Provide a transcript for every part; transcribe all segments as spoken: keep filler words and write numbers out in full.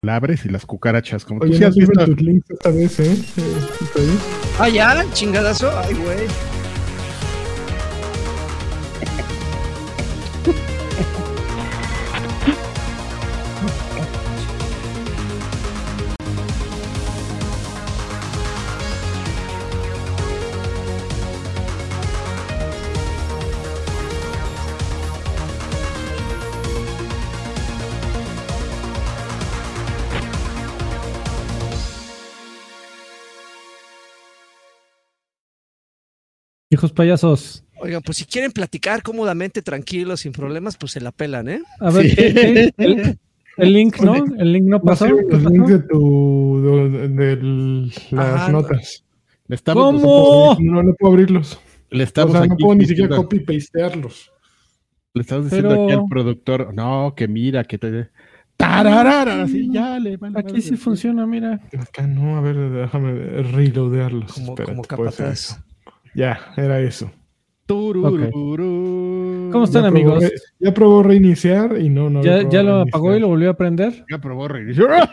La abres y las cucarachas, como Oye, tú sí no has sirven visto. tus links esta vez, ¿eh? eh ah, ya, chingadazo. Ay, güey. Hijos payasos. Oigan, pues si quieren platicar cómodamente, tranquilos, sin problemas, pues se la pelan, ¿eh? A ver, Sí. ¿qué, qué? El, el link, ¿no? El link no No pasó. sirven ¿Qué los pasó? links de tu de, de las Ajá, notas. Le estamos, ¿Cómo? No, no puedo abrirlos. Le O estamos sea, no aquí puedo ni siquiera diciendo- copy pastearlos. Le estamos diciendo Pero- aquí al productor, no, que mira, que te... Tararara, así, ya le vale Aquí madre. sí funciona, mira. Acá no, a ver, déjame reloadearlos. como, Espérate, como puede ser capataz. eso. Ya, era eso. Turururu. ¿Cómo están, Ya probó amigos? re- ya probó reiniciar y no, no. ¿Ya, probó ya lo reiniciar. apagó y lo volvió a prender? Ya probó reiniciar.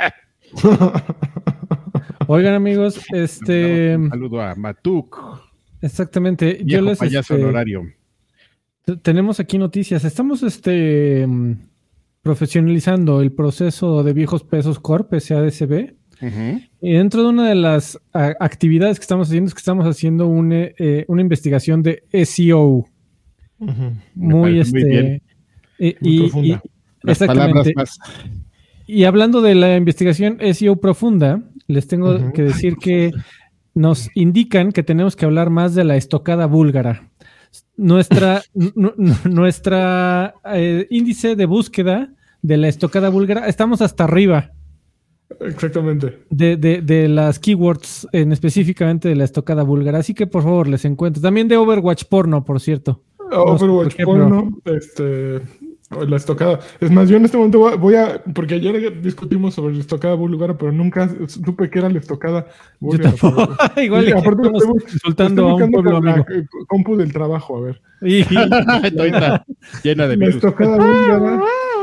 Oigan, amigos, este... Un saludo a Matuk, Exactamente. Yo viejo les... payaso este, honorario. t- tenemos aquí noticias. Estamos, este... mm, profesionalizando el proceso de Viejos Pesos Corp, S A D C B. Ujú. Y dentro de una de las a, actividades que estamos haciendo es que estamos haciendo un, eh, una investigación de S E O Ujú. muy, parece muy este, bien. eh, Muy y, profunda. y- Las palabras exactamente. más. Y hablando de la investigación S E O profunda, les tengo Ujú. que decir que nos indican que tenemos que hablar más de la estocada búlgara. Nuestra, nu- nu- nuestra eh, índice de búsqueda de la estocada búlgara, estamos hasta arriba. Exactamente. De, de, de las keywords, en específicamente de la estocada búlgara. Así que por favor les encuentro. También de Overwatch porno, por cierto. No sé por Overwatch qué, porno, este, o la estocada. Es más, yo en este momento voy a, voy a- porque ayer discutimos sobre la estocada búlgara, pero nunca supe qué era la estocada Yo búlgara. tampoco. Igual Sí, y aparte lo estamos estoy bu- insultando Estoy a un buscando pueblo con la amigo. eh, compu del trabajo, a ver. Y- Ahorita, llena de La virus. estocada búlgara.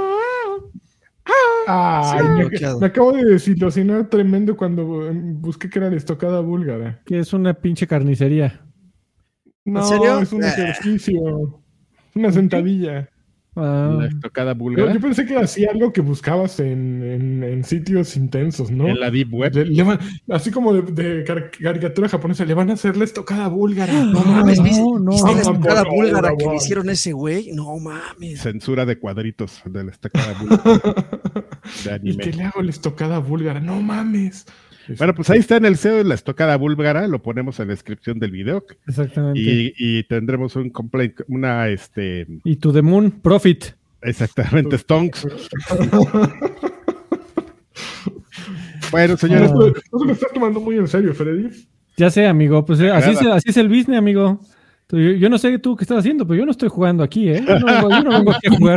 Ay, Sí, me, bloqueado. me acabo de desilusionar tremendo cuando eh, busqué que era la estocada búlgara. que es una pinche carnicería. No, serio? es un Eh. ejercicio. Es una sentadilla. Ah, La estocada Yo, búlgara. yo pensé que hacía algo que buscabas en, en- en sitios intensos, ¿no? En la Deep Web. Le- le van- así como de, de car- caricatura japonesa, le van a hacer la estocada búlgara. No mames, no, ¿viste, no. ¿viste la Ah, estocada por búlgara favor, que le por hicieron a ese güey? No mames. Censura de cuadritos de la estocada búlgara de ¿Y qué anime. le hago la estocada búlgara? No mames. Bueno, pues ahí está en el S E O de la estocada búlgara, lo ponemos en la descripción del video exactamente. Y, y, y tendremos un complaint, una, este, To the Moon, Profit. exactamente, stonks. Bueno, señores, Ah. No, no se lo estás tomando muy en serio, Freddy. Ya sé, amigo. Pues eh, así es, Agrada. así es el business, amigo. Tú- Yo, yo no sé tú qué estás haciendo, pero yo no estoy jugando aquí, ¿eh? Yo no vengo, yo no vengo aquí a jugar.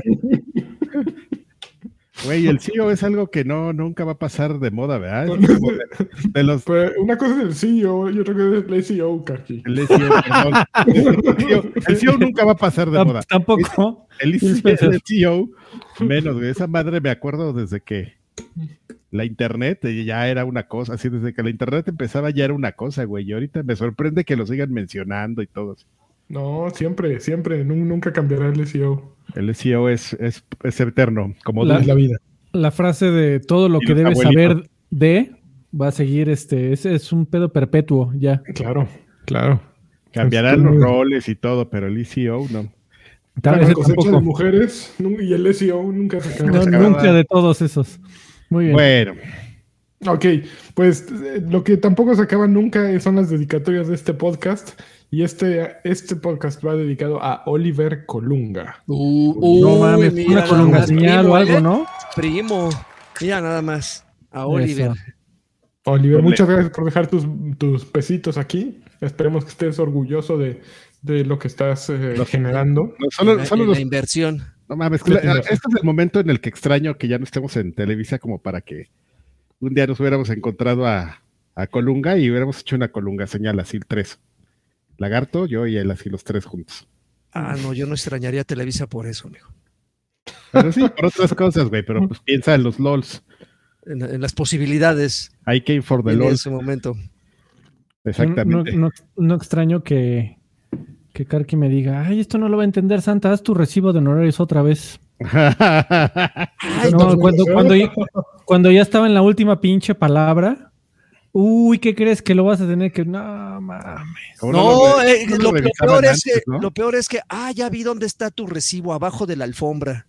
güey, el S E O es algo que no, nunca va a pasar de moda, ¿verdad? Es como de, de los Pues una cosa es el C E O y otra cosa es el S E O, Kaki. el S E O, perdón. El S E O, el S E O nunca va a pasar de Tam- moda. Tampoco. El Sí, S Spencer. E O, menos, güey. Esa madre me acuerdo desde que la internet eh, ya era una cosa, así desde que la internet empezaba ya era una cosa, güey. Y ahorita me sorprende que lo sigan mencionando y todo. No, siempre, siempre, nu- nunca cambiará el S E O. El S E O es, es, es eterno, como La- Es la vida. La frase de todo lo Y que los debes abuelitos. saber de va a seguir este. Ese es un pedo perpetuo, ya. Claro, claro. cambiarán Estoy los muy- roles y todo, pero el S E O no. Tal La vez cosecha de tampoco. mujeres nu- y el S E O nunca se acaba. No, se acaba. nunca de todos esos. Muy bien. Bueno, Ok, pues eh, lo que tampoco se acaba nunca son las dedicatorias de este podcast. Y este, este podcast va dedicado a Oliver Colunga. Uh, no uy, mames, mira una nada colunga más, señal primo, o algo, ¿eh? ¿no? Primo. Mira nada más. A Oliver. Eso. Oliver, Doble. muchas gracias por dejar tus, tus pesitos aquí. Esperemos que estés orgulloso de, de lo que estás eh, Los- generando. no, solo, la, solo la los, inversión. no mames, Sí, la- tienes razón. este es el momento en el que extraño que ya no estemos en Televisa como para que un día nos hubiéramos encontrado a, a Colunga y hubiéramos hecho una Colunga señal así, tres. Lagarto, yo y él así los tres juntos. Ah, no, yo no extrañaría a Televisa por eso, amigo. Pero sí, por otras cosas, güey, pero pues piensa en los LOLs. en, en las posibilidades. I came for the en Lord. ese momento. Exactamente. No, no, no extraño que, que Karki me diga, ay, esto no lo va a entender Santa, haz tu recibo de honorarios otra vez. Ay, No, cuando, cuando, ya, cuando ya estaba en la última pinche palabra, uy, ¿qué crees que lo vas a tener que...? No, mames. no, lo, eh, lo, lo, lo lo peor antes, es que, ¿no? lo peor es que, ah, ya vi dónde está tu recibo, abajo de la alfombra.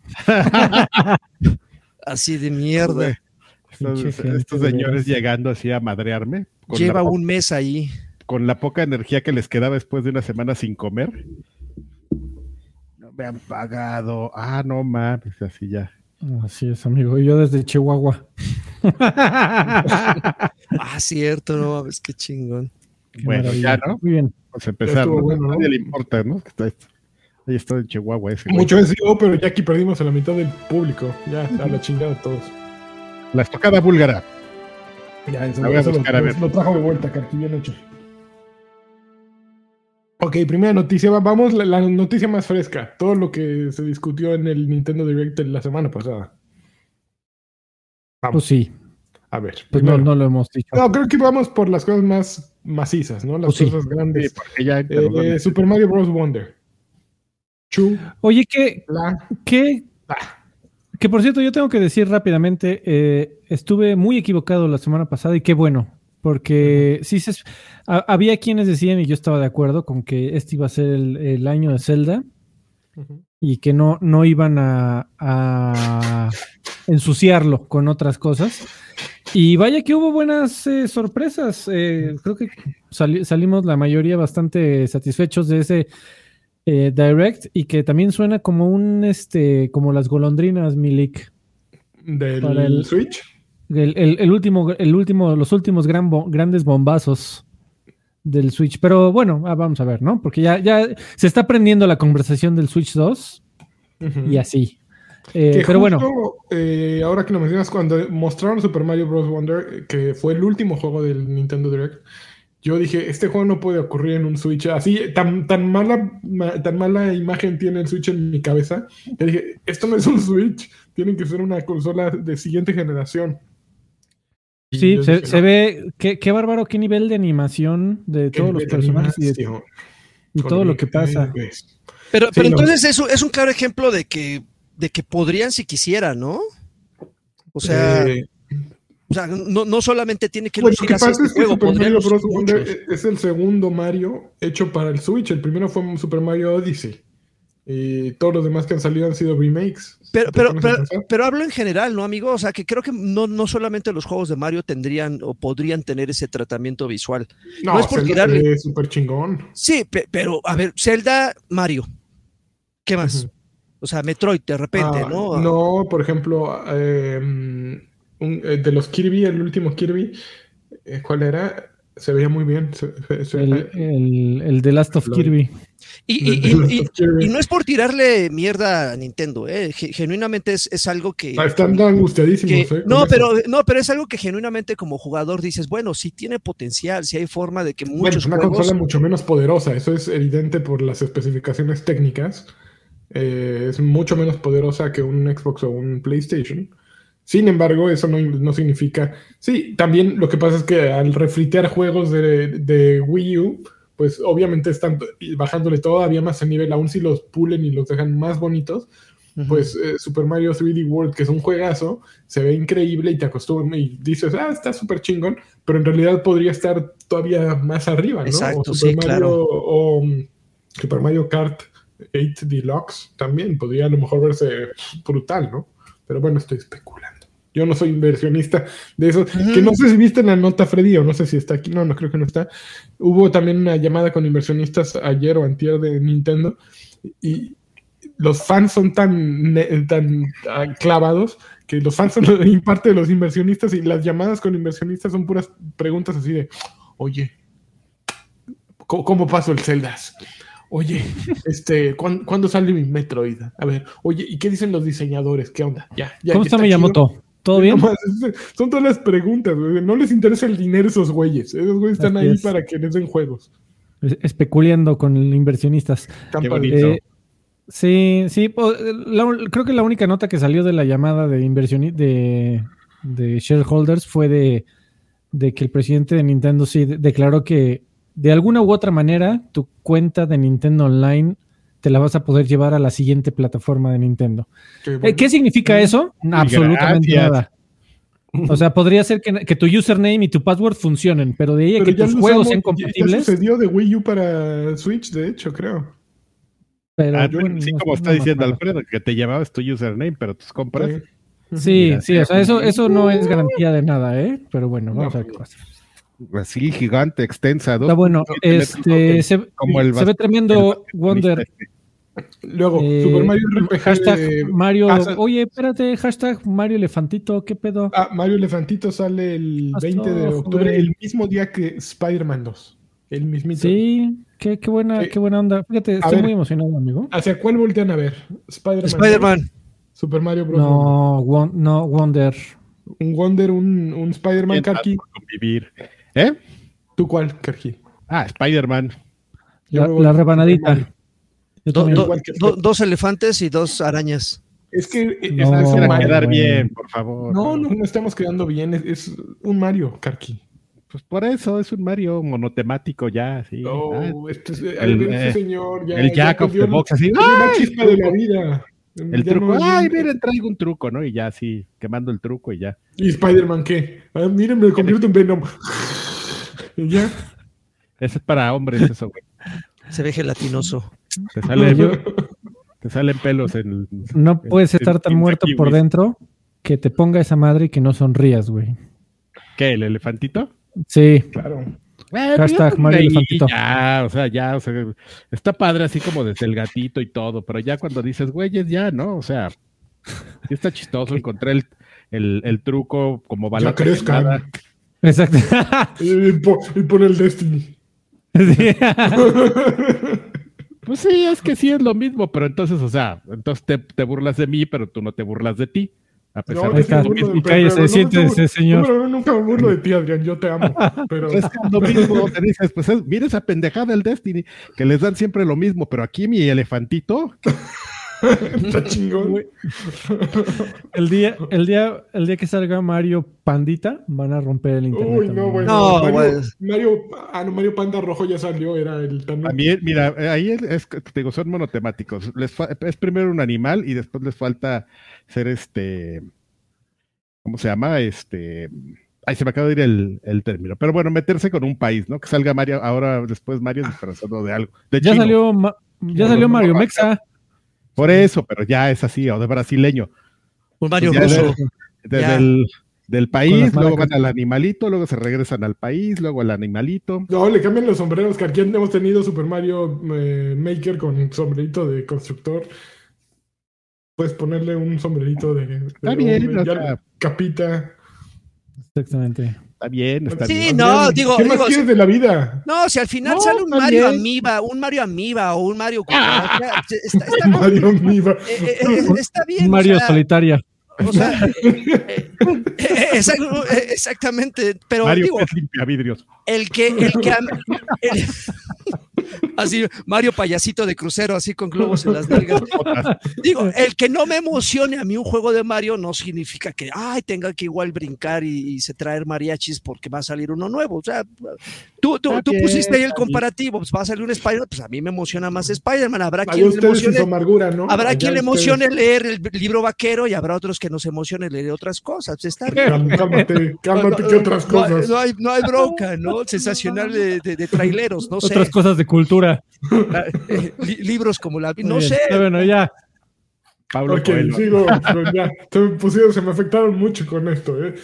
Así de mierda. Estos, gente, estos de señores veras. llegando así a madrearme. Con Lleva la, un mes ahí. con la poca energía que les quedaba después de una semana sin comer. No me han pagado. Ah, no mames, así ya. Así es, amigo. Y yo desde Chihuahua. Ah, cierto, no mames, qué chingón. Qué Bueno, maravilla. ya, ¿no? Muy bien. Vamos a empezar. estuvo ¿no? bueno, A ¿no? nadie le importa, ¿no? Que está, ahí está en Chihuahua ese güey. Mucho S E O, pero ya aquí perdimos a la mitad del público. Ya, a la chingada todos. La estocada búlgara. Ya, eso, La voy a eso lo, buscar, a lo- ver. lo trajo de vuelta, Karki, bien hecho. Ok, primera noticia. va- Vamos, la, la noticia más fresca. Todo lo que se discutió en el Nintendo Direct la semana pasada. Vamos, Pues sí, a ver. pues no, primero. no lo hemos dicho. No, creo que vamos por las cosas más macizas, ¿no? Las Pues sí. cosas Sí, grandes. porque ya Eh, perdón, Super Mario Bros. Wonder. Chu, Oye, ¿qué, la, qué, la. que por cierto, yo tengo que decir rápidamente, eh, estuve muy equivocado la semana pasada y qué bueno, porque sí se, a- había quienes decían, y yo estaba de acuerdo, con que este iba a ser el, el año de Zelda Ujú. y que no, no iban a, a ensuciarlo con otras cosas. Y vaya que hubo buenas eh, sorpresas. Eh, creo que sali- salimos la mayoría bastante satisfechos de ese eh, Direct y que también suena como un, este, como las golondrinas, Milik. Del Para el- Switch. El, el- el último, el último, los últimos gran bo- grandes bombazos del Switch. Pero bueno, ah, vamos a ver, ¿no? Porque ya, ya se está aprendiendo la conversación del Switch dos Ujú. y así. Eh, Que pero bueno, justo, eh, ahora que lo mencionas, cuando mostraron Super Mario Bros. Wonder, eh, que fue el último juego del Nintendo Direct, yo dije, este juego no puede ocurrir en un Switch. Así, tan, tan, mala, ma- tan mala imagen tiene el Switch en mi cabeza, que dije, esto no es un Switch, tiene que ser una consola de siguiente generación. Y sí, yo se, dije, se no, ve, qué, qué bárbaro, qué nivel de animación de qué todos los nivel de personajes y, de- animación, y con todo el lo que pasa. ves. Pero, Sí, pero no. entonces eso es un claro ejemplo de que, de que podrían si quisieran, ¿no? O sea, Eh, o sea no, no solamente tiene que Bueno, lo lucir que así pasa este es que juego, Super podrían Mario Bros. lucir Wonder muchos. es el segundo Mario hecho para el Switch. El primero fue Super Mario Odyssey. Y todos los demás que han salido han sido remakes. Pero, ¿Te pero, pones a pero, pensar? pero hablo en general, ¿no, amigo? O sea, que creo que no, no solamente los juegos de Mario tendrían o podrían tener ese tratamiento visual. No, no es por Zelda tirarle. se ve súper chingón. Sí, pe- pero a ver, Zelda, Mario. ¿Qué más? Ujú. O sea, Metroid, de repente, Ah, ¿no? No, por ejemplo, eh, un- eh, de los Kirby, el último Kirby, eh, ¿cuál era? Se veía muy bien. Se- se- se- El, el, el The Last of Lo- Kirby. Y, de- y- de y- los y- of Kirby. y no es por tirarle mierda a Nintendo, ¿eh? Ge- Genuinamente es, es algo que. Ah, están angustiadísimos. que- eh, con no, eso. pero, no, pero es algo que genuinamente como jugador dices, bueno, sí tiene potencial, sí hay forma de que Bueno, muchos es una juegos. consola mucho menos poderosa, eso es evidente por las especificaciones técnicas. Eh, es mucho menos poderosa que un Xbox o un PlayStation. Sin embargo, eso no, no significa... Sí, también lo que pasa es que al refritear juegos de, de Wii U, pues obviamente están bajándole todavía más el nivel, aún si los pulen y los dejan más bonitos, Ujú. pues eh, Super Mario tres D World, que es un juegazo, se ve increíble y te acostumbras y dices, ah, está súper chingón, pero en realidad podría estar todavía más arriba, ¿no? Exacto, o Super sí, Mario claro. o um, Super Mario Kart ocho Deluxe también podría a lo mejor verse brutal, ¿no? Pero bueno, estoy especulando. Yo no soy inversionista de eso. Ujú. Que no sé si viste la nota, Freddy, o no sé si está aquí. No, no creo que no está. Hubo también una llamada con inversionistas ayer o antier de Nintendo y los fans son tan, ne- tan ah, clavados que los fans son en parte de los inversionistas y las llamadas con inversionistas son puras preguntas así de, oye, ¿cómo, cómo paso el Zeldas? Oye, este, ¿cuándo, ¿cuándo sale mi Metroid? A ver, oye, ¿y qué dicen los diseñadores? ¿Qué onda? Ya, ya, ¿Cómo ya está chido. Miyamoto? ¿Todo Sí, bien? nomás, es- son todas las preguntas, güey. No les interesa el dinero a esos güeyes. Esos güeyes están Así ahí es. para que les den juegos. Es- Especuleando con inversionistas. Están Qué padres. bonito. Eh, sí, sí. po- la- creo que la única nota que salió de la llamada de inversión de, de shareholders fue de, de que el presidente de Nintendo sí de- declaró que de alguna u otra manera tu cuenta de Nintendo Online te la vas a poder llevar a la siguiente plataforma de Nintendo. Qué Eh, bueno. ¿Qué significa eso? Absolutamente gracias. nada. O sea, podría ser que, que tu username y tu password funcionen, pero de ahí a Pero que ya tus lo juegos usamos, sean ya- ya compatibles. sucedió de Wii U para Switch, de hecho, creo. Pero Ah, bueno, sí, no- como no está más diciendo nada. Alfredo, que te llevabas tu username, pero tus compras. Sí. Sí, Mira, sí, o sea, eso, eso no uh, es garantía de nada, ¿eh? Pero bueno, vamos No, a ver qué pasa. Así, gigante, extensa. Está bueno, dos punto siete este, metros, se, como el se ve bas- tremendo el Wonder. basquetbolista este. Luego, eh, Super Mario R P G hashtag de- Mario. Ah, sa- Oye, espérate, hashtag Mario Elefantito, ¿qué pedo? ah, Mario Elefantito sale el Pasó, veinte de octubre, joven. el mismo día que Spider-Man dos. El mismito. Sí, qué, qué buena, Sí. qué buena onda. Fíjate, A estoy ver. muy emocionado, amigo. ¿Hacia cuál voltean a ver? Spider-Man. Spider-Man. dos, Super Mario Bros. uno. No, Won- no, Wonder. Un Wonder, un, un Spider-Man, Sientas Karki. por convivir. ¿Eh? ¿Tú cuál, Karki? Ah, Spider-Man. Yo La, me voy la por rebanadita. Super Mario. Yo Do- también. do- igual que do- usted. dos elefantes y dos arañas. Es que es, No, es un Para Mario. quedar güey. bien, por favor. No, no, no estamos quedando bien. Es, es un Mario, Karki. Pues por eso es un Mario monotemático ya, sí. Ah, Oh, este, es- el, este eh, señor ya, el ya Jack of perdió the Box, así. perdió la ¡ay! chispa de la vida. El Ya truco. no es Ay, un- miren, traigo un truco, ¿no? Y ya así, quemando el truco y ya. ¿Y Spider-Man qué? Ah, miren, me convierto en Venom. Y ya. Ese es para hombres, eso, güey. Se ve gelatinoso. Te, sale, Yo- te salen pelos en. No puedes en estar tan quince muerto por kiwis. dentro que te ponga esa madre y que no sonrías, güey. ¿Qué? ¿El elefantito? Sí. Claro. Bueno, Hashtag ya, Mario ahí, Elefantito. Ya, o sea, ya, o sea, está padre así como desde el gatito y todo, pero ya cuando dices, güeyes, ya, ¿no? O sea, sí está chistoso, encontré el, el, el truco como Ya balata crezcan. quemada. Exacto. Y, por, y por el Destiny. Sí. Pues sí, es que sí es lo mismo, pero entonces, o sea, entonces te, te burlas de mí, pero tú no te burlas de ti. A pesar No, de yo que sí es me lo burlo mismo. de- Y cállese, pero no, siéntese, no, señor. no, pero nunca me burlo de ti, Adrián. Yo te amo. Pero Es que es lo mismo, te dices, pues es, mira esa pendejada del Destiny, que les dan siempre lo mismo, pero aquí mi elefantito, está chingón. El día, el día, el día que salga Mario Pandita, van a romper el internet. Uy, no, amigo. bueno. No, Mario, pues. Mario, ah, no, Mario Panda Rojo ya salió, era el tan. también, mira, eh, ahí es, es que te digo, son monotemáticos. Les fa- es primero un animal y después les falta ser este, ¿cómo se llama? Este, ay, se me acaba de ir el, el término. Pero bueno, meterse con un país, ¿no? Que salga Mario, ahora después Mario disfrazado de algo. De Ya chino. salió, Ma- ya No, salió no, Mario no, Mexa. Por eso, pero ya es así, o de brasileño. Un Mario Pues ya ruso. de- de- Ya. del, del Con país, las luego maracas. van al animalito, luego se regresan al país, luego al animalito. No, le cambian los sombreros, que aquí hemos tenido Super Mario eh, Maker con sombrerito de constructor. Puedes ponerle un sombrerito de, de Está bien, hombre, o ya sea, capita. Exactamente. está bien, está Sí, bien. no, Adrián, digo- ¿Qué más digo, quieres de la vida? No, si al final No, sale un está Mario bien. Amiiba, un Mario Amiiba o un Mario cucaracha, está, está- Mario Miva. eh, eh, eh, está bien. Mario o sea, solitaria. o sea, eh, eh, eh, exact- eh, exactamente, pero Mario digo, es limpia vidrios. el que, el que am- el- así, Mario payasito de crucero, así con globos en las nalgas. Digo, el que no me emocione a mí un juego de Mario no significa que, ay, tenga que igual brincar y, y se traer mariachis porque va a salir uno nuevo. O sea, tú, tú, Está tú bien, pusiste ahí el está bien. comparativo, pues va a salir un Spider-Man, pues a mí me emociona más Spider-Man. Habrá Allá quien le ustedes y su emocione, amargura, ¿no? habrá Allá quien le ustedes. emocione leer el libro vaquero y habrá otros que nos emocione leer otras cosas. Está bien. Cálmate, cálmate, cálmate, No, ¿qué otras no hay- cosas? No hay, no hay bronca, ¿no? Sensacional de, de, de traileros, no sé. Otras cosas de cultura. Eh, li- libros como la... No Muy bien. sé. Está bueno, ya. Pablo Ok, Coelho. sigo, pero ya, se me pusieron, se me afectaron mucho con esto, ¿eh?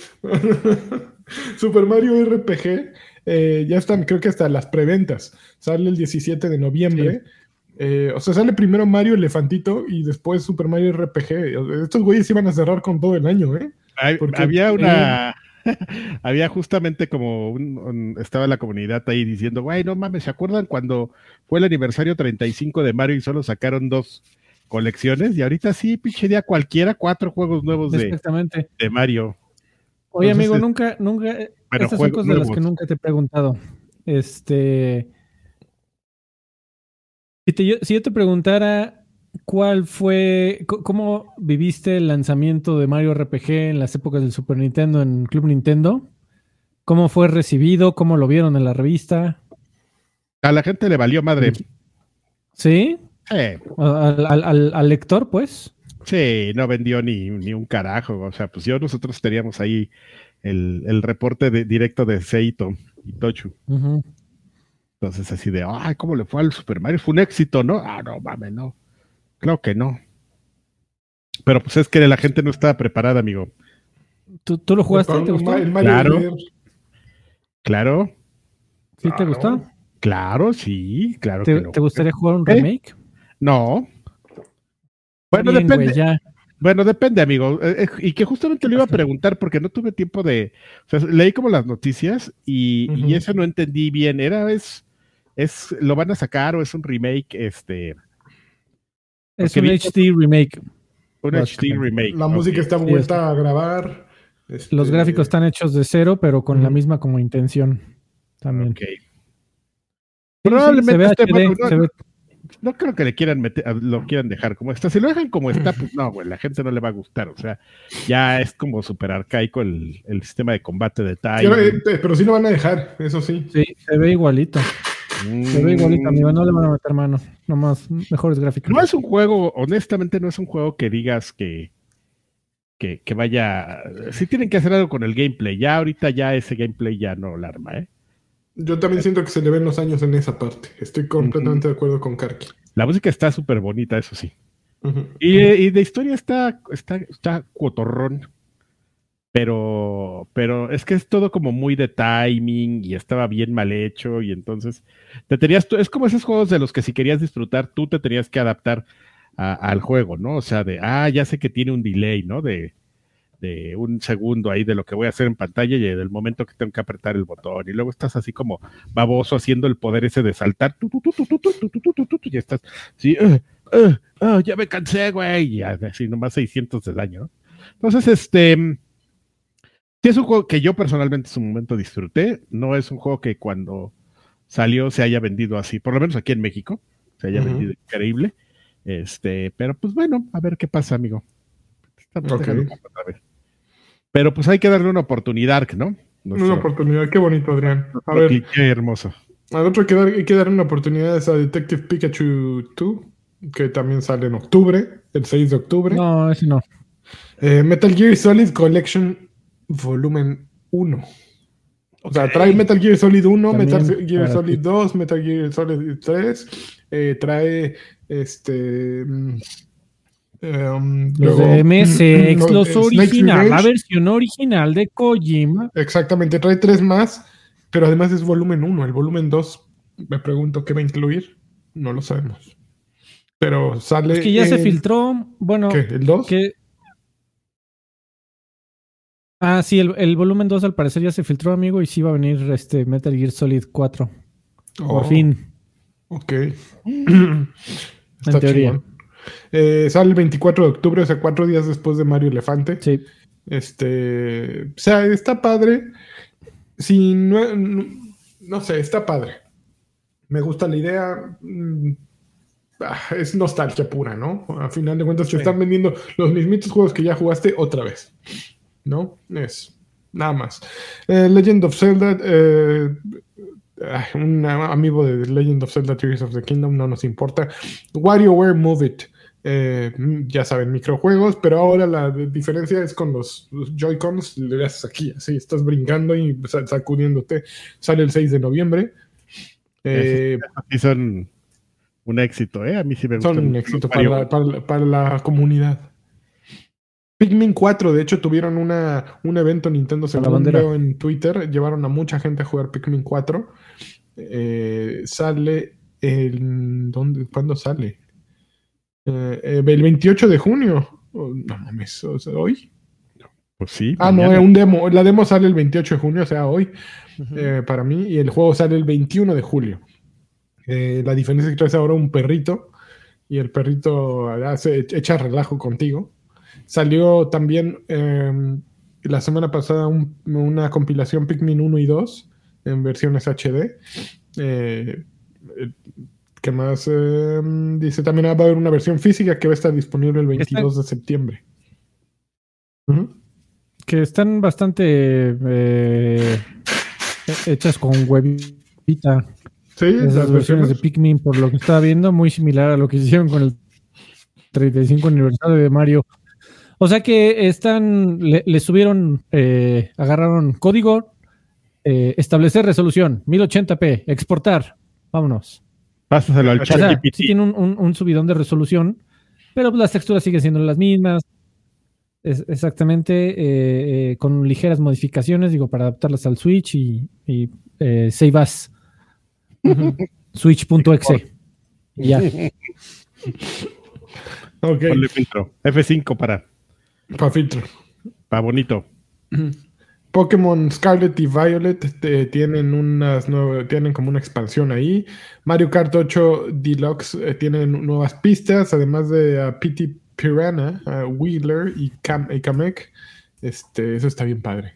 Super Mario R P G, eh, ya están, creo que hasta las preventas. Sale el diecisiete de noviembre. Eh, o sea, sale primero Mario Elefantito y después Super Mario R P G. Estos güeyes iban a cerrar con todo el año, ¿eh? Hay- Porque- había una. Había justamente como un, un- estaba la comunidad ahí diciendo, güey, no mames, ¿se acuerdan cuando fue el aniversario treinta y cinco de Mario y solo sacaron dos colecciones? Y ahorita sí, pinche día cualquiera, cuatro juegos nuevos de, Exactamente. de Mario. Oye, Entonces, amigo, es- nunca, nunca, Bueno, estas son juegos cosas de las nuevos. que nunca te he preguntado. Este, si, te- yo, si yo te preguntara ¿cuál fue, cómo viviste el lanzamiento de Mario R P G en las épocas del Super Nintendo en Club Nintendo? ¿Cómo fue recibido? ¿Cómo lo vieron en la revista? A la gente le valió madre. ¿Sí? Sí. ¿Al, al, al, al lector, pues? Sí, no vendió ni, ni un carajo. O sea, pues yo, nosotros teníamos ahí el, el reporte de, directo de Seito y Tochu. Uh-huh. Entonces, así de, ay, ¿cómo le fue al Super Mario? Fue un éxito, ¿no? Ah, no, mames, no. Claro que no. Pero pues es que la gente no estaba preparada, amigo. ¿Tú, tú lo jugaste? ¿Te gustó? El claro. Claro. ¿Sí te gustó? Claro, sí, claro ¿Te, que no. ¿Te gustaría jugar un remake? ¿Eh? No. Bueno, Bien, depende. Wey, ya. Bueno, depende, amigo. Eh, eh, y que justamente le iba a preguntar porque no tuve tiempo de. O sea, leí como las noticias y, uh-huh. y eso no entendí bien. Era, es, es, lo van a sacar o es un remake, este. Es un H D remake. Un H D remake. La okay. música está vuelta sí, a grabar. Este... Los gráficos están hechos de cero, pero con uh-huh. la misma como intención también. Okay. Sí, Probablemente sí, se ve este H D, no, se ve... no creo que le quieran meter, lo quieran dejar como está. Si lo dejan como está, pues no, güey, la gente no le va a gustar. O sea, ya es como súper arcaico el, el sistema de combate de Tai. Pero, eh, pero sí lo van a dejar, eso sí. Sí, se ve igualito. Mm. Se ve igualito, amigo. No le van a meter mano. Nomás mejores gráficos. No es un juego, honestamente, no es un juego que digas que, que, que vaya. Sí tienen que hacer algo con el gameplay. Ya ahorita ya ese gameplay ya no la arma, ¿eh? Yo también siento que se le ven los años en esa parte. Estoy completamente uh-huh. de acuerdo con Karki. La música está súper bonita, eso sí. Uh-huh. Y, y de historia está, está, está cotorrón. Pero, pero es que es todo como muy de timing y estaba bien mal hecho. Y entonces te tenías, es como esos juegos de los que si querías disfrutar, tú te tenías que adaptar a, al juego, ¿no? O sea, de, ah, ya sé que tiene un delay, ¿no? De, de un segundo ahí de lo que voy a hacer en pantalla y del momento que tengo que apretar el botón y luego estás así como baboso haciendo el poder ese de saltar tu, tu, tu, tu, tu, tu, tu, tu, tu, tu, y estás sí, uh, uh, uh, ya me cansé, güey, y así nomás seiscientos de daño, ¿no? Entonces, este sí es un juego que yo personalmente en su momento disfruté, no es un juego que cuando salió se haya vendido así, por lo menos aquí en México, se haya uh-huh. vendido increíble, este, pero pues bueno, a ver qué pasa, amigo. Okay. Pero pues hay que darle una oportunidad, ¿no? Nuestro, una oportunidad, qué bonito, Adrián. A ver, qué hermoso. Al otro hay que, dar, hay que darle una oportunidad a Detective Pikachu dos, que también sale en octubre, el seis de octubre. No, ese no. Eh, Metal Gear Solid Collection Volumen uno. Okay. O sea, trae Metal Gear Solid uno, también Metal Gear Solid ti. dos, Metal Gear Solid tres, eh, trae este... Um, los luego, de M S X, los, los original, la versión original de Kojima. Exactamente, trae tres más, pero además es volumen uno. El volumen dos, me pregunto qué va a incluir, no lo sabemos. Pero sale. Es que ya en... se filtró, bueno. ¿Qué? ¿El dos? Que... Ah, sí, el, el volumen dos al parecer ya se filtró, amigo, y sí va a venir este Metal Gear Solid cuatro. Oh, por fin. Ok. Está en teoría. Chingón. Eh, sale el veinticuatro de octubre, o sea, cuatro días después de Mario Elefante. Sí. Este, o sea, está padre. Si no, no, no sé, está padre. Me gusta la idea. Mm, ah, es nostalgia pura, ¿no? A final de cuentas, sí. Te están vendiendo los mismitos juegos que ya jugaste otra vez, ¿no? Es nada más. Eh, Legend of Zelda. Eh, un amigo de Legend of Zelda Tears of the Kingdom, no nos importa. WarioWare Move It. Eh, ya saben, microjuegos, pero ahora la diferencia es con los, los Joy-Cons, le haces aquí, así, estás brincando y sacudiéndote. Sale el seis de noviembre. Eh, sí son un éxito, ¿eh? A mí sí me son un éxito para la, para, para la comunidad. Pikmin cuatro, de hecho, tuvieron una, un evento Nintendo, según veo en Twitter, llevaron a mucha gente a jugar Pikmin cuatro. Eh, sale el... ¿dónde, ¿Cuándo sale? Eh, eh, el veintiocho de junio. Oh, no mames, o sea, ¿hoy? Pues sí. Ah, mañana. No, es un demo. La demo sale el veintiocho de junio, o sea, hoy, uh-huh. eh, para mí, y el juego sale el veintiuno de julio. Eh, la diferencia es que traes ahora un perrito, y el perrito hace, echa relajo contigo. Salió también eh, la semana pasada un, una compilación Pikmin uno y dos en versiones H D. Eh, ¿Qué más? Eh, dice también va a haber una versión física que va a estar disponible el veintidós de septiembre. Uh-huh. Que están bastante eh, hechas con huevita. Sí, esas las versiones versiones de Pikmin, por lo que estaba viendo, muy similar a lo que hicieron con el treinta y cinco aniversario de Mario. O sea que están, le, le subieron, eh, agarraron código, eh, establecer resolución, mil ochenta p, exportar, vámonos. Pásaselo al O chat. sea, G P T. sí tiene un, un, un subidón de resolución, pero las texturas siguen siendo las mismas. Es, exactamente, eh, eh, con ligeras modificaciones, digo, para adaptarlas al Switch y, y eh, Save As. Switch.exe. Ya. Ok. Ponle filtro. F cinco para, Para filtro. para bonito. Pokémon Scarlet y Violet este, tienen unas nuevas, tienen como una expansión ahí. Mario Kart ocho Deluxe eh, tienen nuevas pistas, además de uh, P T Piranha, uh, Wheeler y, Cam y Kamek. Este, eso está bien padre.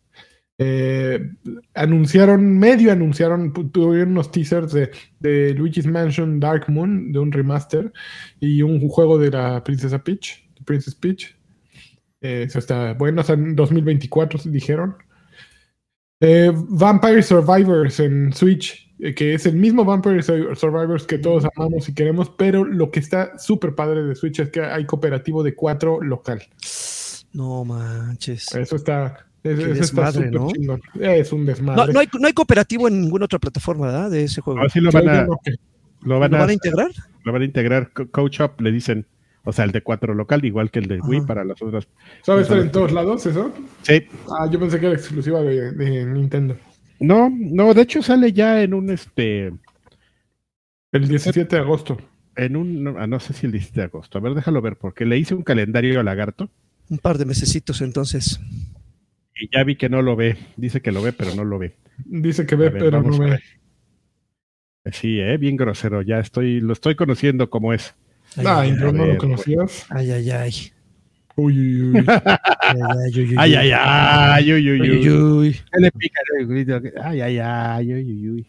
Eh, anunciaron, medio anunciaron, tuvieron unos teasers de, de Luigi's Mansion Dark Moon, de un remaster, y un juego de la Princesa Peach, de Princess Peach. Eh, eso está bueno, o sea, en dos mil veinticuatro dijeron. Eh, Vampire Survivors en Switch, eh, que es el mismo Vampire Survivors que todos amamos y queremos, pero lo que está súper padre de Switch es que hay cooperativo de cuatro local. No manches. Eso está... Es, Qué eso desmadre, está ¿no? chingón. Es un desmadre. No, no, hay, no hay cooperativo en ninguna otra plataforma, ¿verdad? De ese juego. Así lo van a, no, okay. lo van ¿Lo a, van a integrar? Lo van a integrar. Coach Up le dicen, o sea, el de cuatro local, igual que el de Wii. Ajá. Para las otras. ¿Sabe estar en todos lados eso? Sí. Ah, yo pensé que era exclusiva de, de Nintendo. No, no, de hecho sale ya en un este. El diecisiete de agosto. En un, no, no sé si el diecisiete de agosto. A ver, déjalo ver, porque le hice un calendario a Lagarto. Un par de mesecitos entonces. Y ya vi que no lo ve. Dice que lo ve, pero no lo ve. Dice que ve, ver, pero no ve. Sí, eh, bien grosero. Ya estoy, lo estoy conociendo como es. Ay, ay, yo no ver, lo conocías. Ay, ay, ay. Uy, uy, uy. Ay, ay, ay, uy, uy, uy. uy. ¿Qué le pica? Ay, ay, ay, uy, uy, uy.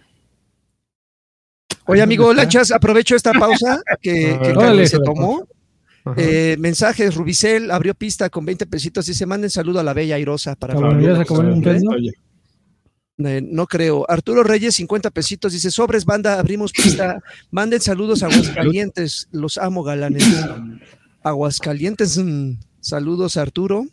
Oye, amigo Lanchas, aprovecho esta pausa que, que Carlos se tomó. Eh, mensajes, Rubicel abrió pista con veinte pesitos y se manden saludo a la bella Airosa para ah, bueno, ¿ya se acabó el Nintendo? Eh, no creo. Arturo Reyes, cincuenta pesitos, dice: sobres, banda, abrimos pista. Manden saludos a Aguascalientes. Los amo, galanes. Aguascalientes, mmm, saludos, Arturo.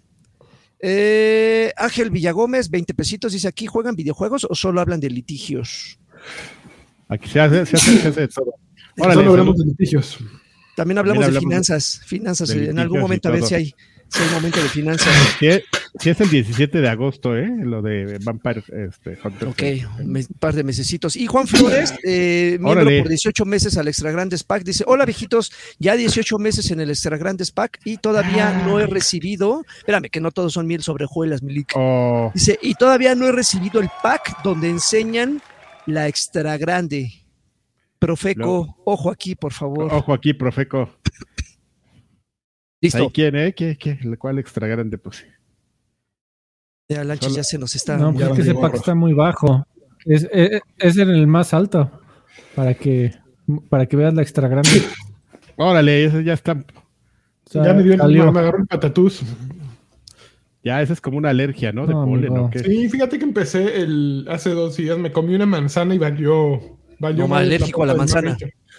Eh, Ángel Villagómez, veinte pesitos, dice: ¿aquí juegan videojuegos o solo hablan de litigios? Aquí se hace, se hace, se hace todo. Órale, solo hablamos de litigios. También hablamos, También hablamos de finanzas, de, finanzas, de en algún momento a ver si hay, si hay momento de finanzas. Si es, si es el diecisiete de agosto, ¿eh? Lo de Vampire este, Hunter. Ok, un me, par de mesecitos. Y Juan Flores, eh, miembro por dieciocho meses al Extra Grandes Pack, dice: hola viejitos, ya dieciocho meses en el Extra Grandes Pack y todavía no he recibido, espérame, que no todos son miel sobre hojuelas, Milik. Oh. Dice, y todavía no he recibido el pack donde enseñan la Extra Grande. Profeco, no. Ojo aquí, por favor. Ojo aquí, Profeco. Listo. ¿Quién, eh? ¿Qué, qué? ¿Cuál Extra Grande? Pues ya, Lanchas Solo... ya se nos está... No, pues es que ese pack está muy bajo. Es, es, es en el más alto. Para que, para que veas la Extra Grande. Órale, ese ya está... O sea, ya me dio el, me agarró el patatús. Ya, esa es como una alergia, ¿no? De no, polen, ¿no? Sí, fíjate que empecé el hace dos días, me comí una manzana y valió... valió no, alérgico a la manzana.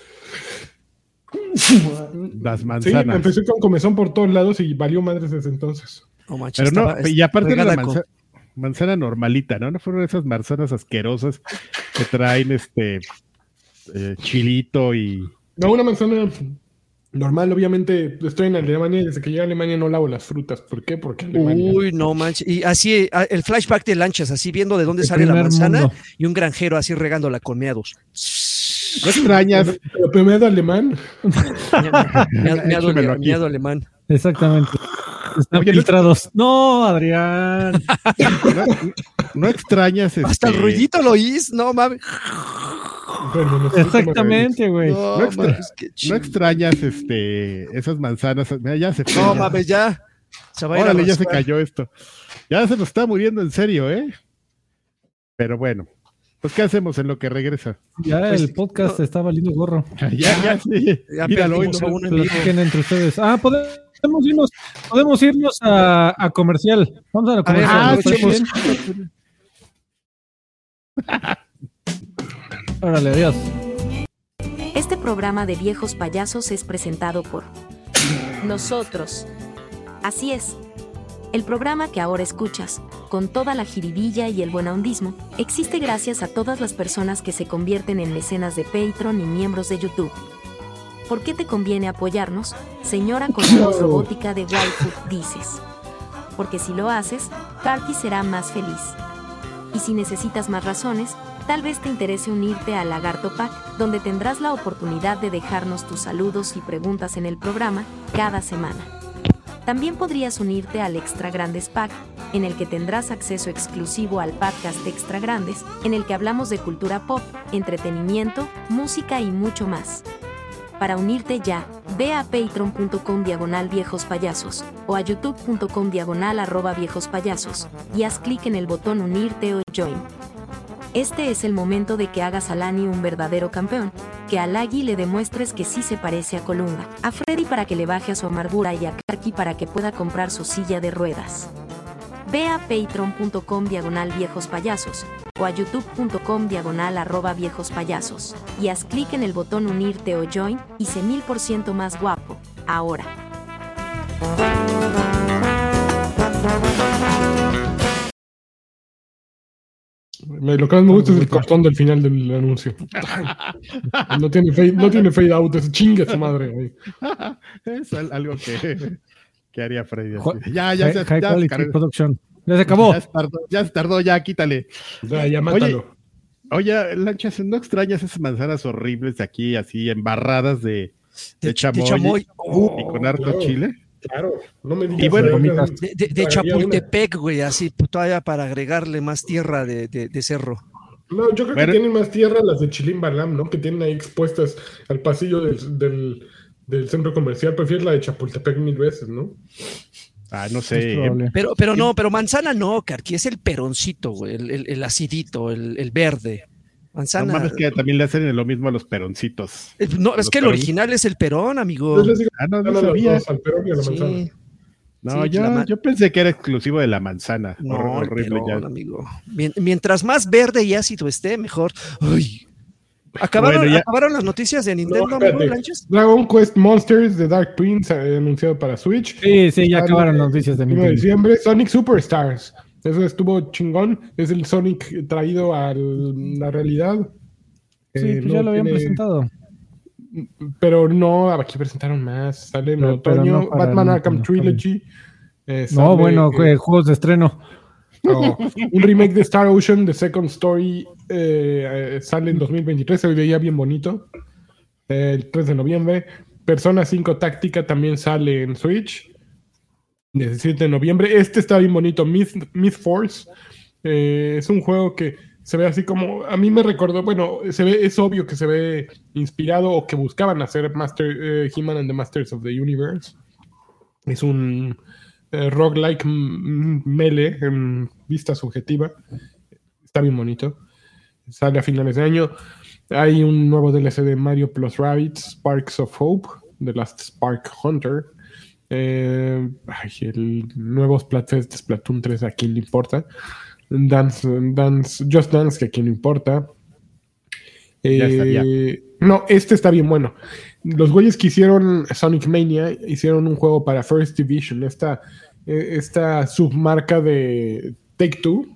Las manzanas. Sí, empecé con comezón por todos lados y valió madres desde entonces. Oh, manches, Pero no, estaba, y aparte era la manzana, manzana normalita, ¿no? No fueron esas manzanas asquerosas que traen este eh, chilito y... No, una manzana normal, obviamente. Estoy en Alemania y desde que llegué a Alemania no lavo las frutas. ¿Por qué? Porque Alemania... Uy, no manches. Y así, el flashback de Lanchas, así viendo de dónde el sale la manzana mundo. Y un granjero así regándola con meados. No extrañas. Pero primero alemán. Meado ale, alemán. Exactamente. Están Oye, filtrados. No, Adrián. No, no extrañas. Este... Hasta el ruidito lo hizo. No, mames. Bueno, no Exactamente, güey. No, no, extra... no extrañas este, esas manzanas. Mira, ya se fue. No, mames, ya. Se va a Órale, ya se cayó esto. Ya se nos está muriendo en serio, ¿eh? Pero bueno. Pues, ¿qué hacemos en lo que regresa? Ya Pues, el podcast no. está valiendo gorro. Ya, ya, sí. Ya Míralo, perdimos a hoy, uno en vivo. Platiquen entre ustedes. Ah, podemos irnos, podemos irnos a, a comercial. Vamos a la A ver, comercial. ah, ¿les parece aprovechemos. bien? Órale, adiós. Este programa de viejos payasos es presentado por nosotros. Así es. El programa que ahora escuchas, con toda la jiribilla y el buenahondismo, existe gracias a todas las personas que se convierten en mecenas de Patreon y miembros de YouTube. ¿Por qué te conviene apoyarnos, señora con la voz robótica de Waifu, dices? Porque si lo haces, Karki será más feliz. Y si necesitas más razones, tal vez te interese unirte al Lagarto Pack, donde tendrás la oportunidad de dejarnos tus saludos y preguntas en el programa cada semana. También podrías unirte al Extra Grandes Pack, en el que tendrás acceso exclusivo al podcast Extra Grandes, en el que hablamos de cultura pop, entretenimiento, música y mucho más. Para unirte ya, ve a patreon.com diagonal viejos payasos o a youtube.com diagonal arroba viejos payasos y haz clic en el botón unirte o join. Este es el momento de que hagas a Lani un verdadero campeón, que a Laggy le demuestres que sí se parece a Colunga, a Freddy para que le baje a su amargura y a Karki para que pueda comprar su silla de ruedas. Ve a patreon.com diagonal viejos payasos o a youtube.com diagonal arroba viejos payasos y haz clic en el botón unirte o join y sé mil por ciento más guapo, ahora. Me, lo que más me gusta es el cortón del final del anuncio. No tiene fade, no tiene fade out, es chingue su madre. Güey. Es algo que, que haría Freddy. Jo- Así. Ya, ya, High, se, high ya, quality cargó. production. Ya se acabó. Ya se tardó, ya se tardó, ya quítale. Ya, ya mátalo. Oye, Lanchas, ¿no extrañas esas manzanas horribles de aquí, así embarradas de, de, De, de chamoy, chamoy. y con harto claro. chile? Claro, no me digas. Y bueno, Adrián, De, de- de tragaría una. Chapultepec, güey, así pues, todavía para agregarle más tierra de, de- de cerro. No, yo creo Bueno. que tienen más tierra las de Chilín Balam, ¿no? Que tienen ahí expuestas al pasillo del, del, del centro comercial. Prefieres la de Chapultepec mil veces, ¿no? Ah, no Es sé. probable. Pero, pero no, pero manzana no, Karki, es el peroncito, güey, el, el- el acidito, el, el verde. No Manzana. mames, que también le hacen lo mismo a los peroncitos. Eh, No, es los que el peroncitos. original es el perón, amigo. Yo les digo, Ah, no, no no, no, sabía. al perón y a la manzana. Sí. No, Sí, yo, la ma- yo pensé que era exclusivo de la manzana. No, Hor- el horrible perón, ya. amigo. Mien- Mientras más verde y ácido esté, mejor. Uy. ¿Acabaron, Bueno, ya- ¿acabaron las noticias de Nintendo, No, amigo espérate. Lanchas? Dragon Quest Monsters de Dark Prince eh, anunciado para Switch. Sí, sí, ya Sale acabaron las noticias de el primero de Nintendo. diciembre. Sonic Superstars. Eso estuvo chingón. Es el Sonic traído a la realidad. Sí, Eh, pues ya no lo habían tiene- presentado. Pero no, aquí presentaron más. Sale en Pero- pero otoño no para Batman el Arkham Nintendo. Trilogy. Eh, No, sale, bueno, eh, eh, juegos de estreno. oh, un remake de Star Ocean, The Second Story, eh, eh, sale en dos mil veintitrés. Se veía bien bonito. Eh, el tres de noviembre. Persona cinco Táctica también sale en Switch. diecisiete de noviembre. Este está bien bonito. Myth, Myth Force. Eh, es un juego que se ve así como. A mí me recordó. Bueno, se ve, es obvio que se ve inspirado o que buscaban hacer Master, eh, He-Man and the Masters of the Universe. Es un eh, roguelike m- melee en vista subjetiva. Está bien bonito. Sale a finales de año. Hay un nuevo D L C de Mario Plus Rabbids, Sparks of Hope, The Last Spark Hunter. Eh, ay, el nuevo Splatfest de Splatoon tres, ¿a quién le importa? Dance, Dance, Just Dance, que a quién le importa. Ya Eh, sabía. no, este está bien bueno. Los güeyes que hicieron Sonic Mania hicieron un juego para First Division, esta, eh, esta submarca de Take-Two.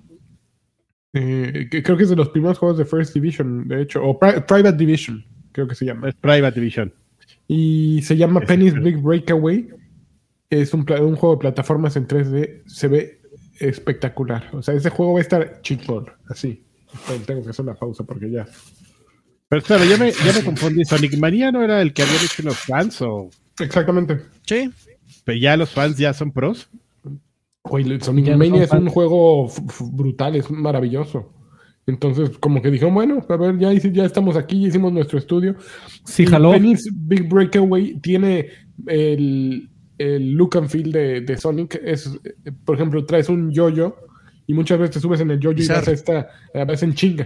Eh, que creo que es de los primeros juegos de First Division, de hecho, o Pri- Private Division, creo que se llama. Es Private Division. Y se llama Ese Penny's creo. Big Breakaway. Es un, pla- un juego de plataformas en tres D. Se ve espectacular. O sea, ese juego va a estar chingón, así. Esperen, tengo que hacer una pausa porque ya. Pero claro, ya me, ya me confundí. ¿Sonic Mania no era el que habían hecho los fans? O... Exactamente. Sí. Pero ya los fans ya son pros. Güey, el Sonic Ya no Mania son es un fans. juego f- f- brutal, es maravilloso. Entonces, como que dijeron, bueno, a ver, ya, hice- ya estamos aquí, ya hicimos nuestro estudio. Sí, Y jaló. Penny's Big Breakaway tiene el, el look and feel de, de Sonic. Es, eh, por ejemplo, traes un yo-yo y muchas veces te subes en el yo-yo y Bizarro. vas a esta, a veces en chinga.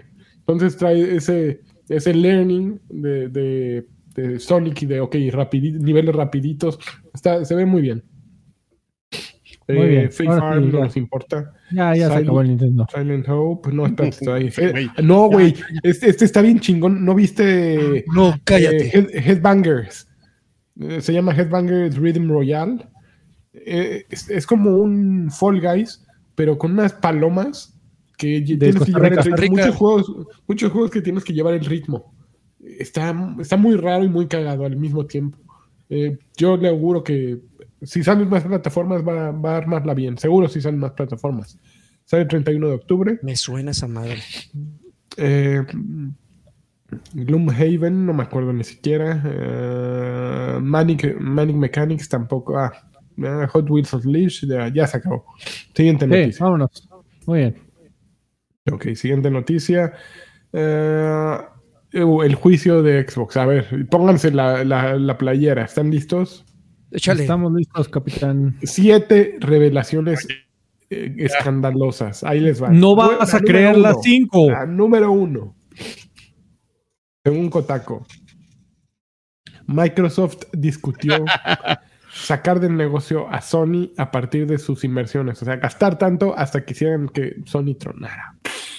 Entonces trae ese, ese learning de, de, de Sonic y de, ok, rapidi- niveles rapiditos. Está, se ve muy bien. Muy Eh, bien. Free Ahora Farm sí, no ya. nos importa. Ya, ya se Silent- acabó el Nintendo. Silent Hope, no, espérate, está ahí. Eh, Güey. no, güey, este, este está bien chingón. ¿No viste No, cállate. eh, Head- Headbangers? Eh, se llama Headbangers Rhythm Royale. Eh, es, es como un Fall Guys, pero con unas palomas que lle- De tienes que Costa llevar el Rica. ritmo. Rica. Muchos juegos, muchos juegos que tienes que llevar el ritmo. Está, está muy raro y muy cagado al mismo tiempo. Eh, yo le auguro que si salen más plataformas va, va a armarla bien. Seguro si salen más plataformas. Sale el treinta y uno de octubre. Me suena esa madre. Eh, Gloomhaven, no me acuerdo ni siquiera. Eh, Manic, Manic Mechanics tampoco. Ah, eh, Hot Wheels Unleashed, ya, ya se acabó. Siguiente Sí, noticia. vámonos. Muy bien. Ok, siguiente noticia. Eh, el juicio de Xbox. A ver, pónganse la, la, la playera. ¿Están listos? Échale. Estamos listos, capitán. Siete revelaciones eh, escandalosas. Ahí les va. No Nue- vas la a número creer las uno. cinco. La número uno. Según Kotaku, Microsoft discutió sacar del negocio a Sony a partir de sus inversiones. O sea, gastar tanto hasta que hicieran que Sony tronara.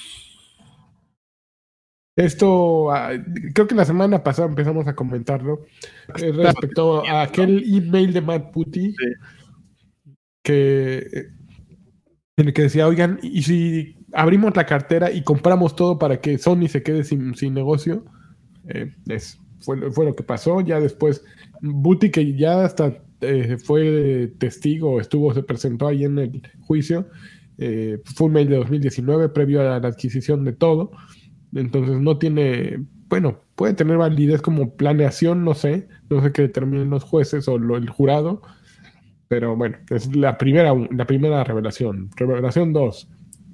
Esto, ah, creo que la semana pasada empezamos a comentarlo eh, respecto a aquel email de Matt Putty que, eh, en el que decía, oigan, ¿y si abrimos la cartera y compramos todo para que Sony se quede sin, sin negocio? Eh, es, fue, fue lo que pasó. Ya después, Booty, que ya hasta eh, fue testigo, estuvo, se presentó ahí en el juicio, eh, fue un mail de dos mil diecinueve, previo a la adquisición de todo. Entonces no tiene, bueno, puede tener validez como planeación, no sé, no sé qué determinen los jueces o lo, el jurado, pero bueno, es la primera, la primera revelación. Revelación dos.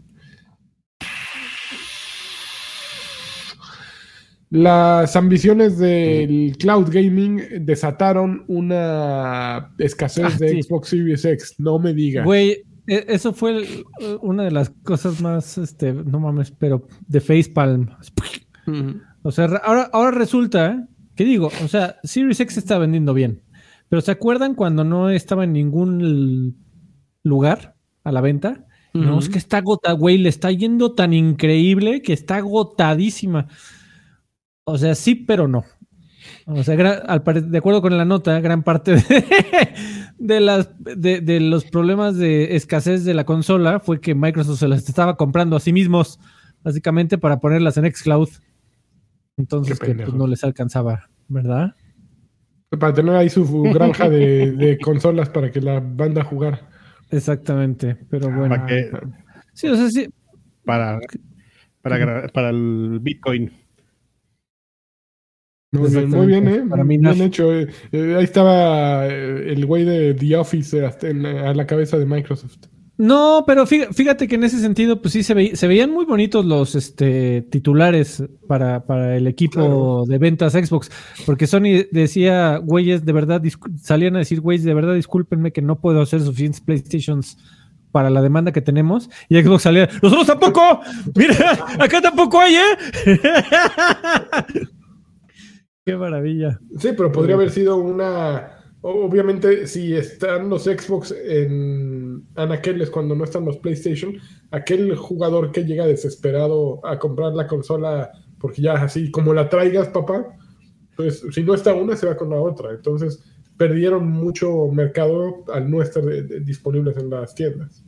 Las ambiciones del cloud gaming desataron una escasez Ah, de sí. Xbox Series X. No me digas. Güey, e- eso fue el- una de las cosas más, este, no mames, pero de facepalm. Ujú. O sea, re- ahora, ahora resulta, que digo, o sea, Series X está vendiendo bien. Pero ¿se acuerdan cuando no estaba en ningún l- lugar a la venta? No, Ujú. es que está agota, güey, le está yendo tan increíble que está agotadísima. O sea, sí, pero no. O sea, gra- al pare- de acuerdo con la nota, gran parte de, de las, de, de los problemas de escasez de la consola fue que Microsoft se las estaba comprando a sí mismos, básicamente para ponerlas en xCloud. Entonces, Qué que pues, pendejos. no les alcanzaba, ¿verdad? Para tener ahí su granja de, de consolas para que la banda jugara. Exactamente, pero bueno. Para, que, Sí, o sea, sí. para, para, gra- para el Bitcoin. Muy bien, muy bien, ¿eh? Para bien minar. hecho. eh. Eh, ahí estaba eh, el güey de The Office eh, hasta en- a la cabeza de Microsoft. No, pero fíjate, fíjate que en ese sentido, pues sí, se, ve- se veían muy bonitos los este, titulares para, para el equipo Claro. de ventas Xbox, porque Sony decía, güeyes, de verdad, discu- salían a decir, güeyes, de verdad, discúlpenme que no puedo hacer suficientes PlayStations para la demanda que tenemos, y Xbox salía, ¡nosotros tampoco! ¡Mira, acá tampoco hay, eh! ¡Qué maravilla! Sí, pero podría haber sido una... Obviamente, si están los Xbox en anaqueles cuando no están los PlayStation, aquel jugador que llega desesperado a comprar la consola porque ya así, como la traigas, papá, pues si no está una, se va con la otra. Entonces, perdieron mucho mercado al no estar de- de- disponibles en las tiendas.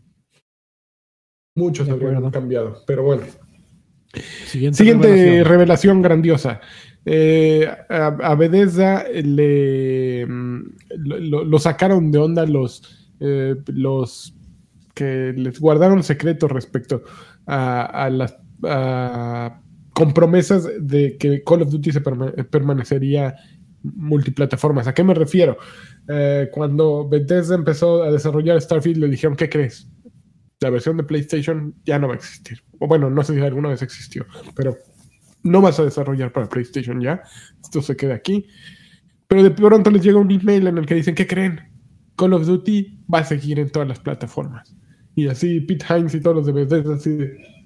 Muchos De habrían acuerdo. cambiado, pero bueno. Siguiente, Siguiente revelación. revelación, grandiosa. Eh, a, a Bethesda le mm, lo, lo- lo sacaron de onda los, eh, los que les guardaron secretos respecto a, a las a- con promesas de que Call of Duty se perma- permanecería multiplataformas. ¿A qué me refiero? Eh, cuando Bethesda empezó a desarrollar Starfield, le dijeron, ¿qué crees? La versión de PlayStation ya no va a existir. O bueno, no sé si alguna vez existió, pero no vas a desarrollar para PlayStation ya. Esto se queda aquí. Pero de pronto les llega un email en el que dicen, ¿qué creen? Call of Duty va a seguir en todas las plataformas. Y así Pete Hines y todos los de Bethesda así de,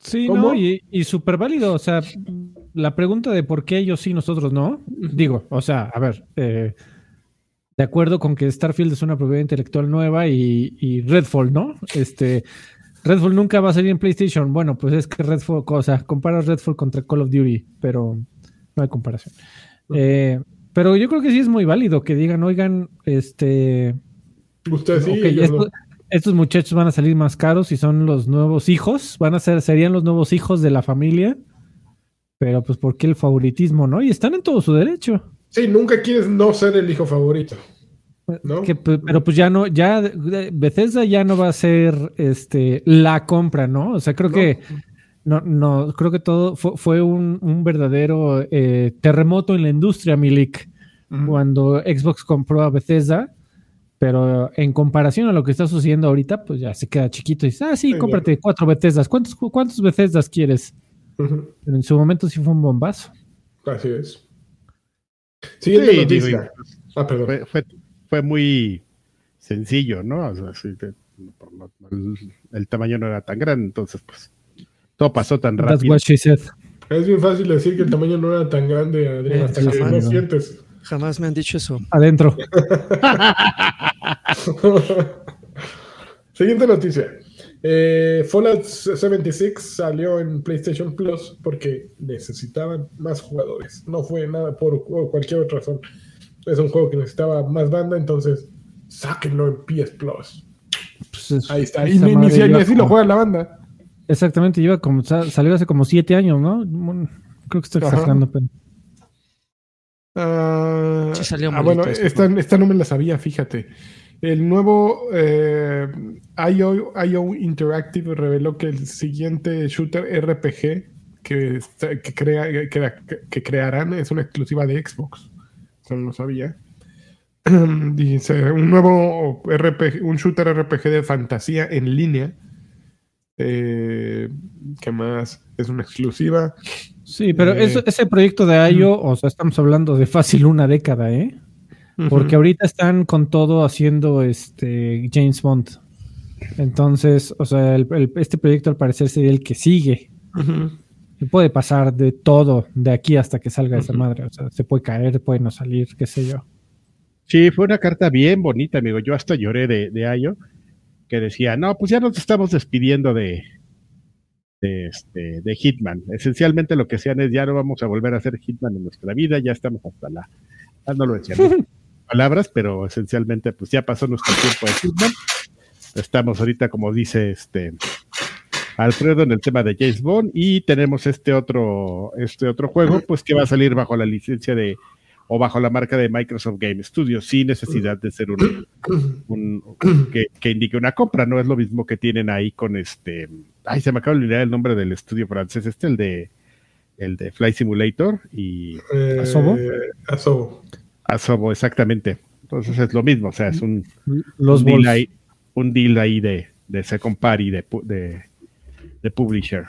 Sí, ¿Cómo? ¿no? Y, y súper válido. O sea, la pregunta de por qué ellos sí, nosotros no. Digo, o sea, a ver, eh, de acuerdo con que Starfield es una propiedad intelectual nueva y, y Redfall, ¿no? Este, Redfall nunca va a salir en PlayStation. Bueno, pues es que Redfall, o sea, comparas Redfall contra Call of Duty, pero no hay comparación. Eh, pero yo creo que sí es muy válido que digan, oigan, este... Ustedes sí, ok, ellos esto- no. estos muchachos van a salir más caros y son los nuevos hijos, van a ser, serían los nuevos hijos de la familia, pero pues ¿por qué el favoritismo, no? Y están en todo su derecho. Sí, nunca quieres no ser el hijo favorito, ¿no? Que, pe- pero pues ya no, ya eh, Bethesda ya no va a ser este la compra, ¿no? O sea, creo No. que no, no, creo que todo fue, fue un, un verdadero eh, terremoto en la industria, Milik, Ujú. cuando Xbox compró a Bethesda. Pero en comparación a lo que está sucediendo ahorita, pues ya se queda chiquito y dice, ah, sí, Sí, cómprate cuatro Bethesdas. ¿Cuántos, ¿Cuántos Bethesdas quieres? Ujú. Pero en su momento sí fue un bombazo. Así es. Siguiente Sí, noticia. digo, ah, perdón. Fue, fue, fue muy sencillo, ¿no? O sea, sí, te- por lo- el, el tamaño no era tan grande, entonces, pues, todo pasó tan That's rápido. what she said. Es bien fácil decir que el tamaño no era tan grande, Adrián, Eh, hasta que jamás. no sientes. Jamás me han dicho eso. Adentro. Siguiente noticia. Eh, Fallout setenta y seis salió en PlayStation Plus porque necesitaban más jugadores. No fue nada por cualquier otra razón. Es un juego que necesitaba más banda, entonces sáquenlo en P S Plus. Pues es- Ahí está. Y esa ni, ni madre si- ni iba así lo como- juega la banda. Exactamente, iba como, sa- salió hace como siete años, ¿no? Bueno, creo que estoy Ajá. exagerando, pero... Ah, Sí salió ah, malito bueno, este esta, juego. esta no me la sabía, fíjate. El nuevo eh, I O, I O Interactive reveló que el siguiente shooter R P G que, está- que, crea, que, que crearán es una exclusiva de Xbox. Eso no lo sabía. Dice, un nuevo R P G, un shooter R P G de fantasía en línea. Eh, ¿Qué más? Es una exclusiva. Sí, pero Eh, eso- ese proyecto de I O, o sea, estamos hablando de fácil una década, ¿eh? Porque ahorita están con todo haciendo este James Bond. Entonces, o sea, el- el- este proyecto al parecer sería el que sigue. Ujú. Y puede pasar de todo de aquí hasta que salga esa Ujú. madre. O sea, se puede caer, puede no salir, qué sé yo. Sí, fue una carta bien bonita, amigo. Yo hasta lloré de, de Ayo, que decía, no, pues ya nos estamos despidiendo de, de, este, de Hitman. Esencialmente lo que decían es, ya no vamos a volver a hacer Hitman en nuestra vida, ya estamos hasta la... Ah, no lo decían en palabras, pero esencialmente pues ya pasó nuestro tiempo de Hitman. Estamos ahorita, como dice este Alfredo, en el tema de James Bond, y tenemos este otro, este otro juego, pues que va a salir bajo la licencia de o bajo la marca de Microsoft Game Studios, sin necesidad de ser un, un que, que indique una compra. No es lo mismo que tienen ahí con este, ay, se me acaba de olvidar el nombre del estudio francés, este, el de el de Flight Simulator y Eh, ¿Asobo? Asobo. Asobo, exactamente. Entonces es lo mismo, o sea, es un, Los un deal Wolves. ahí, un deal ahí de, de second party, de, pu- de, de publisher.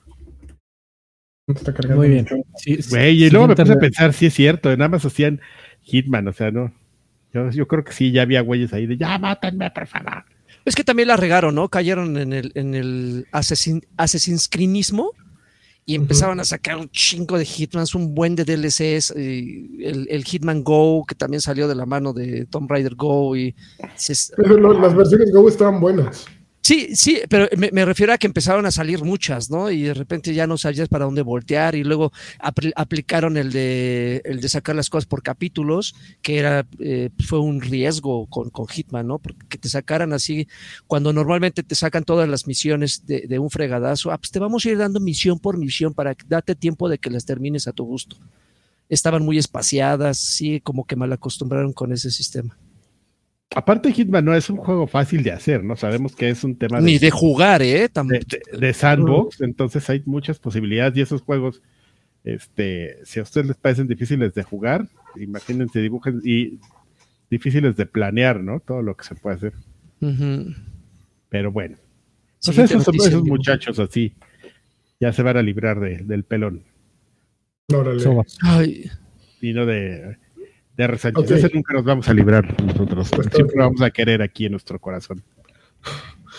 Está cargando Muy bien. mucho. Sí, Güey, y luego me siguiente puse a re- pensar, sí es cierto, nada más hacían Hitman, o sea, no. Yo, yo creo que sí, ya había güeyes ahí de ya mátenme, por favor. Es que también la regaron, ¿no? Cayeron en el, en el asesin, Assassin's Creedismo y empezaron a sacar un chingo de Hitmans, un buen de D L Cs, y el, el Hitman Go, que también salió de la mano de Tomb Raider Go. Y dices, Pero lo- las versiones Go estaban buenas. sí, sí, pero me, me refiero a que empezaron a salir muchas, ¿no? Y de repente ya no sabías para dónde voltear y luego apl- aplicaron el de, el de sacar las cosas por capítulos, que era eh, fue un riesgo con, con Hitman, ¿no? Porque que te sacaran así, cuando normalmente te sacan todas las misiones de, de un fregadazo, ah, pues te vamos a ir dando misión por misión para que date tiempo de que las termines a tu gusto. Estaban muy espaciadas, sí, como que mal acostumbraron con ese sistema. Aparte, Hitman no es un juego fácil de hacer, ¿no? Sabemos que es un tema de, Ni de jugar, ¿eh? Tam- de, de- de sandbox, entonces hay muchas posibilidades y esos juegos, este, si a ustedes les parecen difíciles de jugar, imagínense, dibujen y difíciles de planear, ¿no? Todo lo que se puede hacer. Ujú. Pero bueno, pues Siguiente esos, noticia, esos amigo. muchachos así ya se van a librar de- del pelón Órale. Sobas. Ay, y no de, de R. Sánchez. Ok. Ese nunca nos vamos a librar nosotros. Pues Siempre todo. vamos a querer aquí en nuestro corazón.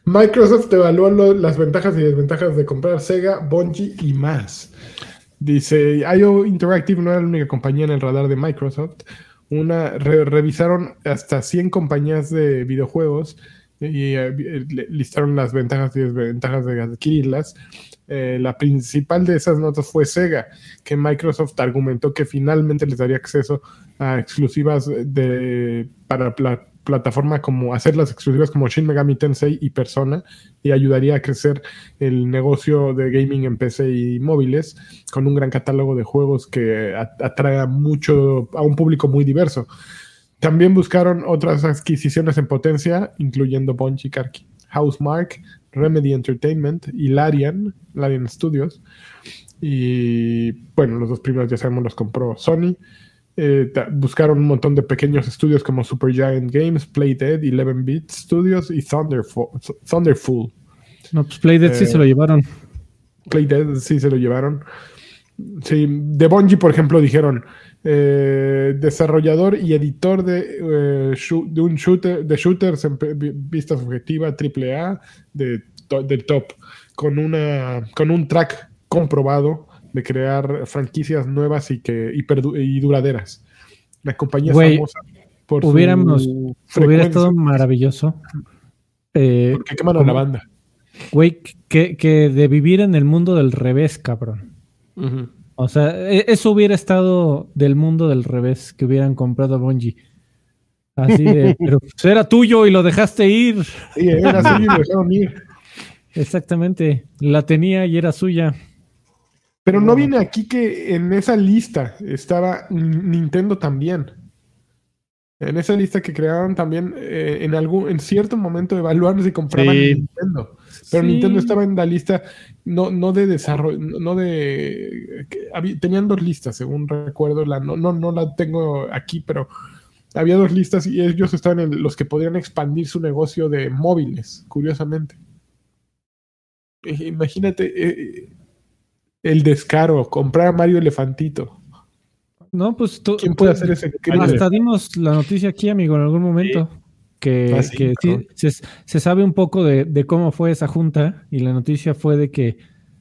Microsoft evaluó lo, las ventajas y desventajas de comprar Sega, Bungie y más. Dice, I O Interactive no era la única compañía en el radar de Microsoft. Una, re, revisaron hasta cien compañías de videojuegos y eh, listaron las ventajas y desventajas de adquirirlas. Eh, la principal de esas notas fue Sega, que Microsoft argumentó que finalmente les daría acceso a exclusivas de, para la plataforma, como hacerlas exclusivas como Shin Megami Tensei y Persona, y ayudaría a crecer el negocio de gaming en P C y móviles con un gran catálogo de juegos que atrae mucho a un público muy diverso. También buscaron otras adquisiciones en potencia, incluyendo Bungie, Karki, Housemarque, Remedy Entertainment y Larian, Larian Studios. Y bueno, los dos primeros ya sabemos los compró Sony. Eh, buscaron un montón de pequeños estudios como Supergiant Games, Playdead, eleven bit Studios y Thunderful. Thunderful. No, pues Playdead eh, sí se lo llevaron. Playdead sí se lo llevaron. Sí, de Bungie, por ejemplo, dijeron eh, desarrollador y editor de, eh, shoot, de un shooter de shooters en vista subjetiva triple A de, to, del top, con una con un track comprobado de crear franquicias nuevas y que y, perdu- y duraderas. La compañía es famosa por hubiéramos, su hubiera estado maravilloso. Eh, Porque queman a la banda. Güey, que, que de vivir en el mundo del revés, cabrón. Uh-huh. O sea, eso hubiera estado del mundo del revés, que hubieran comprado a Bungie. Así de, pero pues era tuyo y lo dejaste ir. Sí, era suyo y lo dejaron ir. Exactamente, la tenía y era suya. Pero no viene aquí que en esa lista estaba Nintendo también. En esa lista que crearon también, eh, en algún, en cierto momento evaluaron si compraban sí. Nintendo. Pero sí. Nintendo estaba en la lista, no, no de desarrollo, no de... Que, había, tenían dos listas, según recuerdo. La, no, no, no la tengo aquí, pero había dos listas y ellos estaban en los que podían expandir su negocio de móviles, curiosamente. Imagínate eh, el descaro, comprar a Mario Elefantito. No, pues tú, ¿quién puede tú, hacer ese crimen? Hasta dimos la noticia aquí, amigo, en algún momento. Sí. Que, ah, sí, que sí, se, se sabe un poco de, de cómo fue esa junta, y la noticia fue de que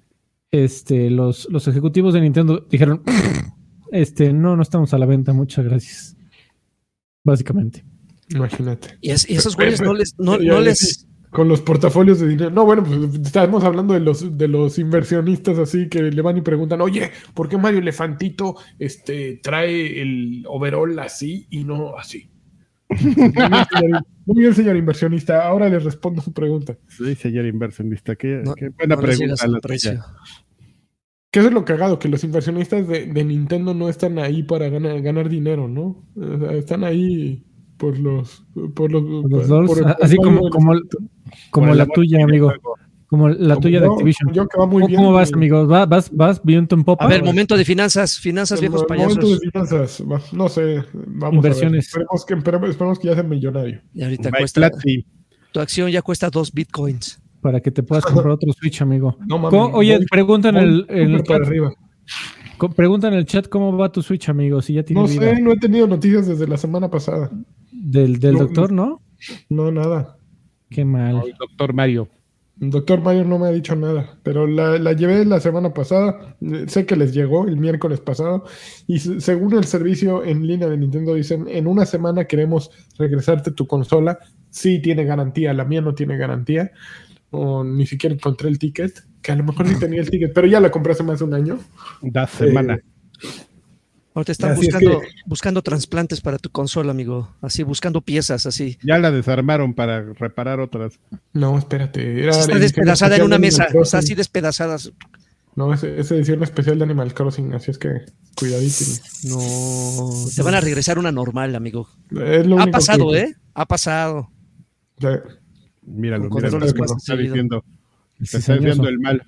este, los, los ejecutivos de Nintendo dijeron, este, no, no estamos a la venta, muchas gracias. Básicamente. Imagínate. Y, es, y esos güeyes no les... No, no les... Con los portafolios de dinero. No, bueno, pues estamos hablando de los, de los inversionistas así que le van y preguntan, oye, ¿por qué Mario Elefantito este, trae el overall así y no así? Muy bien, señor, muy bien, señor inversionista. Ahora le respondo su pregunta. Sí, señor inversionista. Qué, no, qué buena no pregunta. La tuya. ¿Qué es lo cagado? Que los inversionistas de, de Nintendo no están ahí para ganar, ganar dinero, ¿no? O sea, están ahí por los... Por los, por los por, por el, así como, como, como la, la tuya, amigo. Como la como tuya yo, de Activision. Yo que va muy ¿Cómo, bien, ¿Cómo vas, amigo? ¿Vas, vas, vas viento en popa? A ver, momento de finanzas, finanzas, el, viejos el payasos. Momento de finanzas, no sé, vamos Inversiones. a ver. Esperemos que, esperemos, esperemos que ya sea millonario. Y ahorita My cuesta, Platzi. Tu acción ya cuesta dos bitcoins. Para que te puedas comprar otro Switch, amigo. No, mami, Oye, voy, preguntan en el, en el chat. Arriba. Pregunta en el chat cómo va tu Switch, amigo, si ya tiene No vida. sé, no he tenido noticias desde la semana pasada. ¿Del, del no, doctor, no? No, nada. Qué mal. No, el doctor Mario. El doctor Mario no me ha dicho nada, pero la, la llevé la semana pasada, sé que les llegó el miércoles pasado, y según el servicio en línea de Nintendo dicen, en una semana queremos regresarte tu consola. Sí tiene garantía, la mía no tiene garantía, o ni siquiera encontré el ticket, que a lo mejor sí tenía el ticket, pero ya la compré hace más de un año. Da semana. Eh, Ahora te están buscando, es que... buscando trasplantes para tu consola, amigo. Así, buscando piezas, así. Ya la desarmaron para reparar otras. No, espérate. Era está despedazada en una mesa. Está así despedazada. No, es, es edición especial de Animal Crossing, así es que cuidadito. No. Te van a regresar una normal, amigo. Es lo ha único pasado, que... ¿eh? Ha pasado. Sí. Míralo, míralo. Lo que está diciendo. Se está diciendo el mal.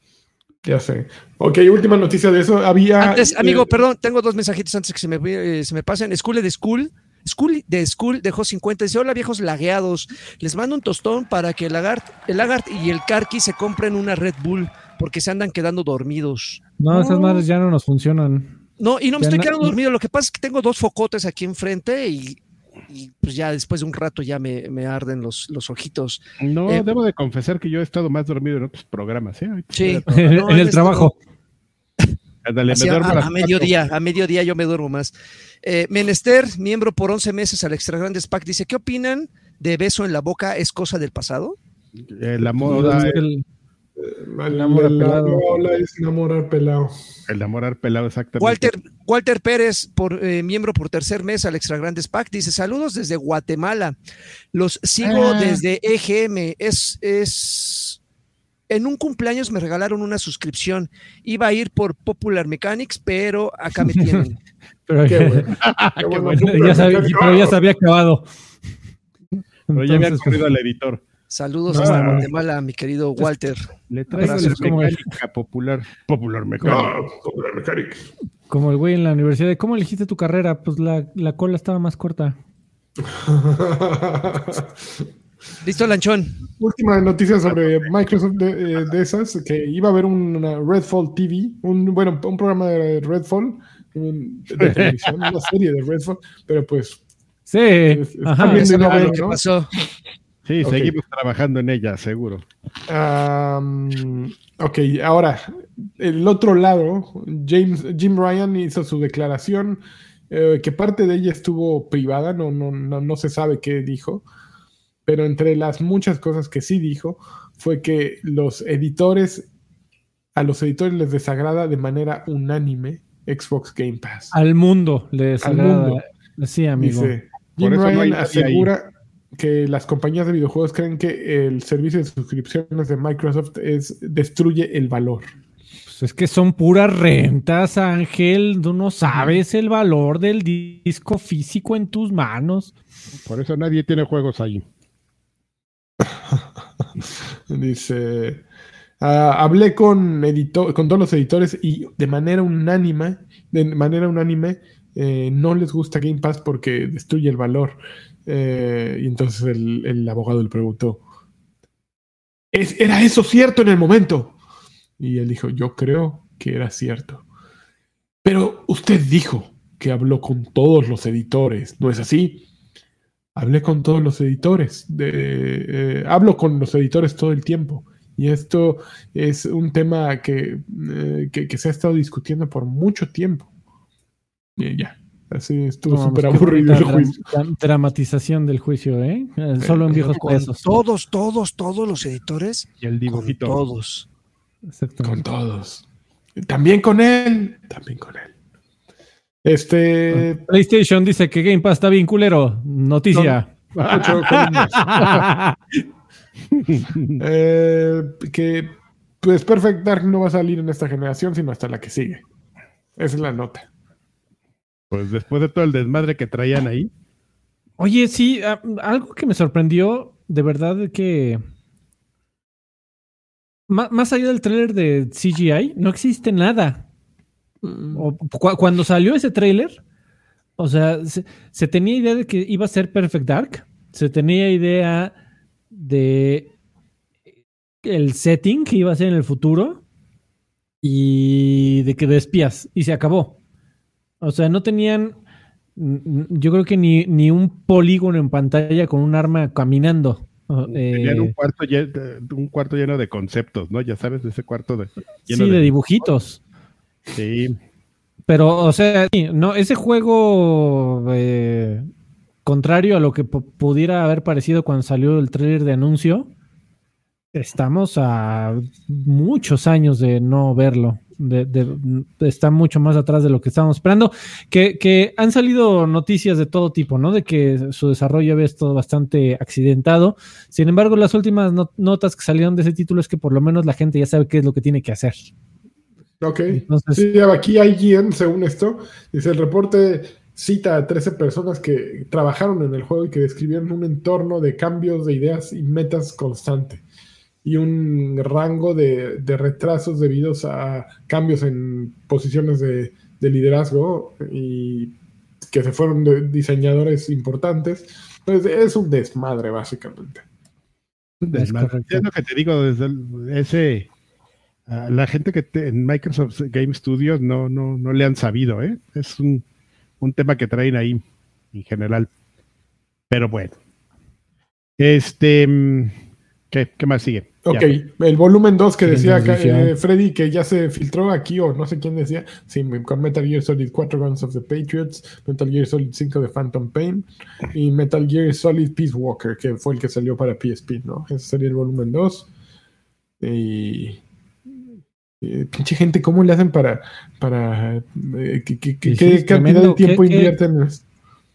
Ya sé. Ok, última noticia de eso. Había. Antes, amigo, eh, perdón, tengo dos mensajitos antes que se me, eh, se me pasen. School de School. School de School dejó cincuenta. Dice: hola, viejos lagueados. Les mando un tostón para que el Lagart, el Lagart y el Karki se compren una Red Bull porque se andan quedando dormidos. No, esas madres ya no nos funcionan. No, y no me ya estoy no, quedando dormido. Lo que pasa es que tengo dos focotes aquí enfrente y y pues ya después de un rato ya me, me arden los, los ojitos. No, Eh, debo de confesar que yo he estado más dormido en otros programas, ¿eh? Ahorita Sí, estoy a- no, en el este trabajo. Ándale, me Así a, duermo a a las mediodía, a mediodía yo me duermo más. Eh, Menester, miembro por once meses al Extra Grandes Pack, dice, ¿qué opinan de beso en la boca es cosa del pasado? cuatro. Eh, la moda, El- El, Enamorar el- pelado. la ola es enamorar pelado. el enamorar pelado, exactamente. Walter, Walter Pérez, por, eh, miembro por tercer mes al Extra Grandes Pack, dice, saludos desde Guatemala. Los sigo Ah. desde E G M. Es, es... En un cumpleaños me regalaron una suscripción. Iba a ir por Popular Mechanics, pero acá me tienen. pero, Qué bueno. Qué Qué bueno. bueno. ya sabía, pero ya se había acabado. Pero ya había Entonces, corrido al editor. Saludos No. hasta Guatemala, mi querido Walter. Le traigo Abrazo, la es como el- mecánica popular. Popular mecánica. No, Popular Mechanics. como el güey en la universidad, ¿cómo elegiste tu carrera? Pues la, la cola estaba más corta. ¿Listo, Lanchón? Última noticia sobre Microsoft de, eh, de esas, que iba a haber una Redfall T V, un, bueno, un programa de Redfall, un- de televisión, una serie de Redfall, pero pues Sí, está ajá. bien de no Ah, ver, ¿qué ¿no? pasó? Sí, Ok. seguimos trabajando en ella, seguro. Um, ok, ahora, el otro lado, James, Jim Ryan hizo su declaración, eh, que parte de ella estuvo privada, no, no, no, no se sabe qué dijo, pero entre las muchas cosas que sí dijo, fue que los editores, a los editores les desagrada de manera unánime Xbox Game Pass. Al mundo le Al desagrada. mundo. Sí, amigo. Dice, Por Jim eso no hay Ryan nadie asegura que las compañías de videojuegos creen que el servicio de suscripciones de Microsoft es, destruye el valor. Pues es que son puras rentas, Ángel. Tú no sabes el valor del disco físico en tus manos. Por eso nadie tiene juegos ahí. Dice, ah, hablé con, edito- con todos los editores y de manera unánime, de manera unánime, eh, no les gusta Game Pass porque destruye el valor. Eh, y entonces el, el abogado le preguntó, ¿Es, ¿era eso cierto en el momento? Y él dijo, yo creo que era cierto. Pero usted dijo que habló con todos los editores, ¿no es así? Hablé con todos los editores. De, eh, hablo con los editores todo el tiempo. Y esto es un tema que, eh, que, que se ha estado discutiendo por mucho tiempo. Y ya. Así estuvo No, súper pues qué aburrido el bonita juicio. dra- dramatización del juicio, ¿eh? Eh, Solo en viejos pesos. Todos, todos, todos los editores. Y el Con dibujito. todos. Con Exactamente. todos. También con él. También con él. Este. PlayStation dice que Game Pass está bien culero. Noticia. Ocho columnas. Eh, que pues Perfect Dark no va a salir en esta generación, sino hasta la que sigue. Esa es la nota. Pues después de todo el desmadre que traían ahí. Oye, sí, a- algo que me sorprendió, de verdad, que má- más allá del tráiler de C G I, no existe nada. O cu- cuando salió ese tráiler, o sea, se, se tenía idea de que iba a ser Perfect Dark, se tenía idea de el setting que iba a ser en el futuro y de que de espías, y se acabó. O sea, no tenían, mm, yo creo que ni, ni un polígono en pantalla con un arma caminando. Uh, Tenían eh, un cuarto, lleno, un cuarto lleno de conceptos, ¿no? Ya sabes, ese cuarto de, lleno sí, de dibujitos. Sí, Pero, o sea, sí, no, ese juego, eh, contrario a lo que pu- pudiera haber parecido cuando salió el tráiler de anuncio, estamos a muchos años de no verlo. De, de- de- está mucho más atrás de lo que estábamos esperando. Que, que han salido noticias de todo tipo, ¿no? De que su desarrollo había estado bastante accidentado. Sin embargo, las últimas not- notas que salieron de ese título es que por lo menos la gente ya sabe qué es lo que tiene que hacer. Ok. Entonces- Sí, aquí hay quien, según esto, dice el reporte cita a trece personas que trabajaron en el juego y que describieron un entorno de cambios de ideas y metas constante y un rango de, de retrasos debidos a cambios en posiciones de, de liderazgo y que se fueron de diseñadores importantes. Entonces es un desmadre básicamente. un Es desmadre. correcto. Es lo que te digo, desde el- ese a la gente que te- en Microsoft Game Studios no, no, no le han sabido, ¿eh? Es un, un tema que traen ahí en general. Pero bueno. Este, ¿qué, qué más sigue? Ok, Ya. el volumen dos que decía acá, Transición. eh, Freddy, que ya se filtró aquí, o no sé quién decía, sí, con Metal Gear Solid cuatro Guns of the Patriots, Metal Gear Solid cinco de Phantom Pain y Metal Gear Solid Peace Walker, que fue el que salió para P S P, ¿no? Ese sería el volumen dos. Y... y pinche gente, ¿cómo le hacen para... para eh, ¿qué, qué- qué- Sí, qué sí, cantidad tremendo. de tiempo ¿Qué- qué? invierten en esto?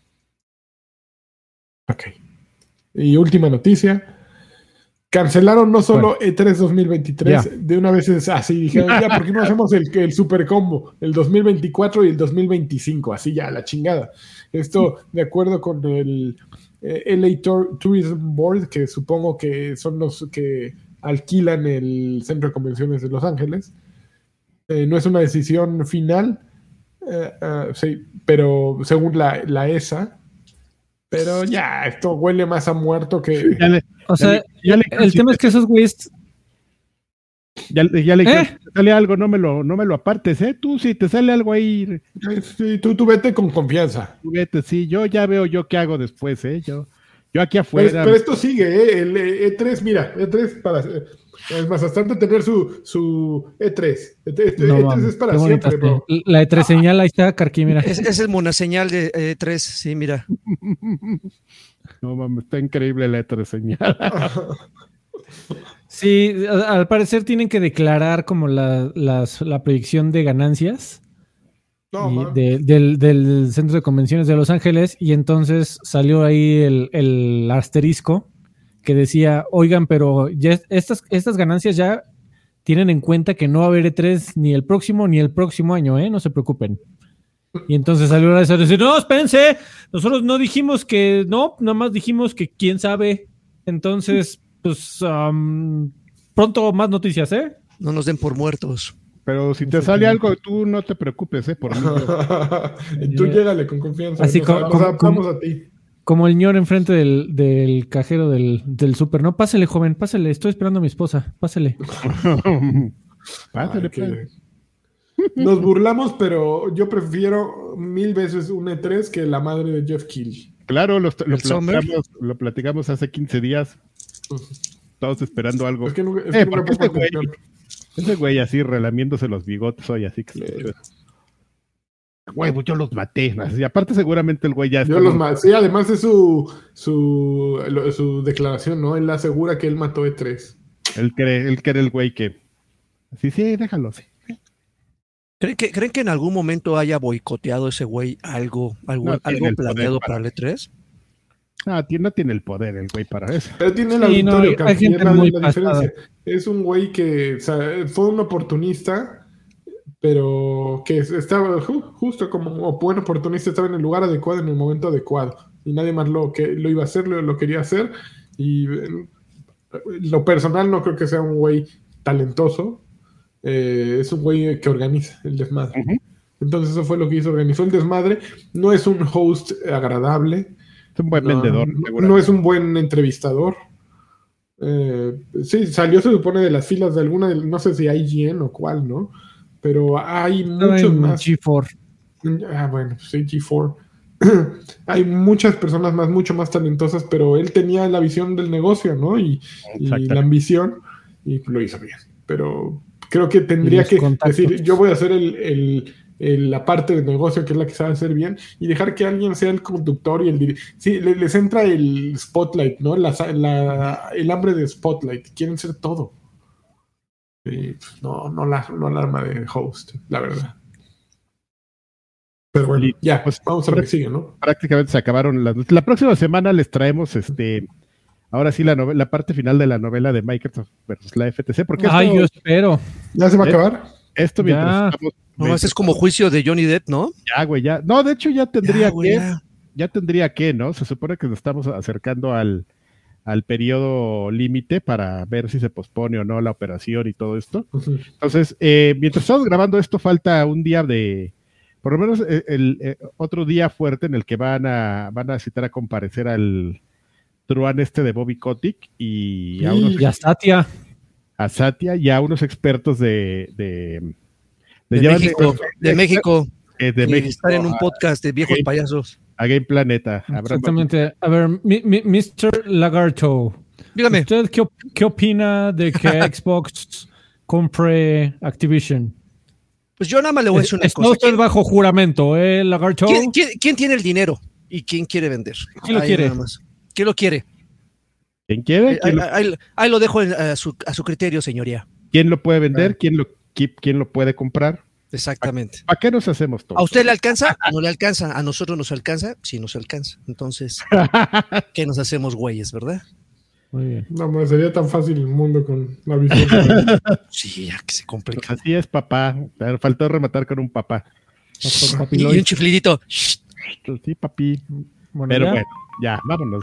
Ok. Y última noticia. Cancelaron no solo E tres dos mil veintitrés, Ya. de una vez es así, dijeron, ya, ¿por qué no hacemos el, el super combo? El dos mil veinticuatro y el dos mil veinticinco, así ya, la chingada. Esto, de acuerdo con el eh, L A Tour- Tourism Board, que supongo que son los que alquilan el Centro de Convenciones de Los Ángeles, eh, no es una decisión final, eh, eh, sí, pero según la, la E S A, pero ya, esto huele más a muerto que... Ya le, O sea, ya le- ya le- el tema es que esos güeyes. ya, le- ya le dijeron, ¿Eh? si te sale algo, no me lo, no me lo apartes, ¿eh? Tú, si te sale algo ahí, Sí, tú, tú vete con confianza. tú vete, sí, yo ya veo yo qué hago después, ¿eh? Yo, yo aquí Pero, afuera. pero esto sigue, ¿eh? El E tres, mira, E tres para... Es más, bastante tener su, su E tres. E tres, No, E tres mames, es para qué bonita siempre, está. bro. La de tres señal, ahí está, Carqui, mira. Es, esa es monaseñal de E tres, sí, mira. No mames, está increíble la E tres señal. Sí, a- al parecer tienen que declarar como la, las- la proyección de ganancias No, y man. de- del, del Centro de Convenciones de Los Ángeles, y entonces salió ahí el, el asterisco que decía, oigan, pero ya es- estas, estas ganancias ya tienen en cuenta que no va a haber E tres ni el próximo ni el próximo año, ¿eh? No se preocupen. Y entonces salió a decir, no, espérense, nosotros no dijimos que, no, nada más dijimos que quién sabe. Entonces, pues, um, pronto más noticias, ¿eh? No nos den por muertos. Pero si te sale algo, tú no te preocupes, ¿eh? Por mí. yo- Y tú llégale con confianza. Así nos, como- nos como- adaptamos a ti. Como el ñor enfrente del, del cajero del, del súper, ¿no? Pásele, joven, pásele, estoy esperando a mi esposa, pásele. Pásale, Ay, que- pues. Nos burlamos, pero yo prefiero mil veces un E tres que la madre de Jeff Keighley. Claro, lo, lo ¿El Summer? platicamos, lo platicamos hace quince días. Todos esperando algo. Es que nunca, es Eh, que nunca porque pongo ese güey, atención. ese güey así relamiéndose los bigotes hoy, así que... Eh. Güey, pues yo los maté. Y aparte seguramente el güey ya está... Yo los ma- sí, además es su, su, lo- su declaración, ¿no? Él asegura que él mató E tres. Él cree, él cree el güey que... Sí, sí, déjalo, sí. ¿Creen que, ¿Creen que en algún momento haya boicoteado ese güey algo, algo, No tiene algo el poder planeado para- para el E tres? Ah, tiene- no tiene el poder el güey para eso. Pero tiene el Sí, no, auditorio, hay- Campi, hay gente es la, muy la pasada. diferencia. Es un güey que o sea, fue un oportunista, pero que estaba ju- justo como buen oportunista, estaba en el lugar adecuado en el momento adecuado. Y nadie más lo, que, lo iba a hacer, lo, lo quería hacer. Y eh, lo personal no creo que sea un güey talentoso. Eh, es un güey que organiza el desmadre. Ujú. Entonces eso fue lo que hizo, organizó el desmadre. No es un host agradable. Es un buen No, vendedor. no, seguramente. no es un buen entrevistador. Eh, sí, salió, se supone, de las filas de alguna, de- no sé si I G N o cuál, ¿no? Pero hay Estaba muchos en más. G cuatro. Ah, bueno, sí, G cuatro. Hay muchas personas más, mucho más talentosas, pero él tenía la visión del negocio, ¿no? Y, y Exactamente. la ambición, y lo hizo bien. Pero creo que tendría los que contactos. decir, yo voy a hacer el, el- el- la parte del negocio que es la que sabe hacer bien, y dejar que alguien sea el conductor y el dir- sí, le- les entra el spotlight, ¿no? La, la- el hambre de spotlight, quieren ser todo. Y, pues, no, no la, no la arma de host, la verdad. Pero bueno, Y, ya, pues, vamos a lo que sigue, ¿no? Prácticamente se acabaron las... La próxima semana les traemos este... Ahora sí la, novela, la parte final de la novela de Microsoft versus la F T C. Porque Ay, esto, yo espero. ¿Ya se va a ¿Eh? acabar? esto mientras Ya. estamos... No, ese es como juicio de Johnny Depp, ¿no? Ya, güey, ya. No, de hecho ya tendría Ya, güey, que... ya. Ya tendría que, ¿no? Se supone que nos estamos acercando al, al periodo límite para ver si se pospone o no la operación y todo esto. Entonces, eh, mientras estamos grabando esto, falta un día de, por lo menos el, el, eh, otro día fuerte en el que van a, van a citar a comparecer al truán este de Bobby Kotick y a, unos, Y a Satya. a Satya y a unos expertos de... de, De llaman- México, de México. eh, de que México, estar en un ah, podcast de viejos ok. payasos. A Game Planeta. Exactamente. A ver, mi, mi, mister Lagarto. Dígame. ¿Usted qué, qué opina de que Xbox compre Activision? Pues yo nada más le voy a decir una Está cosa. usted ¿Quién, bajo juramento, ¿eh, Lagarto? ¿quién, quién, quién tiene el dinero y quién quiere vender? ¿Quién lo Ahí quiere? nada más. ¿Quién lo quiere? ¿Quién quiere? Ahí, ¿Quién, ahí- lo, ahí- ahí lo dejo en- a, su, a su criterio, señoría. quién lo puede vender? ¿Quién lo, qui- quién lo puede comprar? Exactamente. ¿Para qué nos hacemos todo? ¿A usted le alcanza? No le alcanza. ¿A nosotros nos alcanza? Sí, nos alcanza. Entonces, ¿qué nos hacemos güeyes, verdad? Muy bien. No, pues sería tan fácil el mundo con la visión. Sí, ya que se complica. Pues así es, papá. Me faltó rematar con un papá. Papi Y, y Lois. un chiflidito. Shh. Sí, papi. Bueno, Pero ya bueno, ya, vámonos.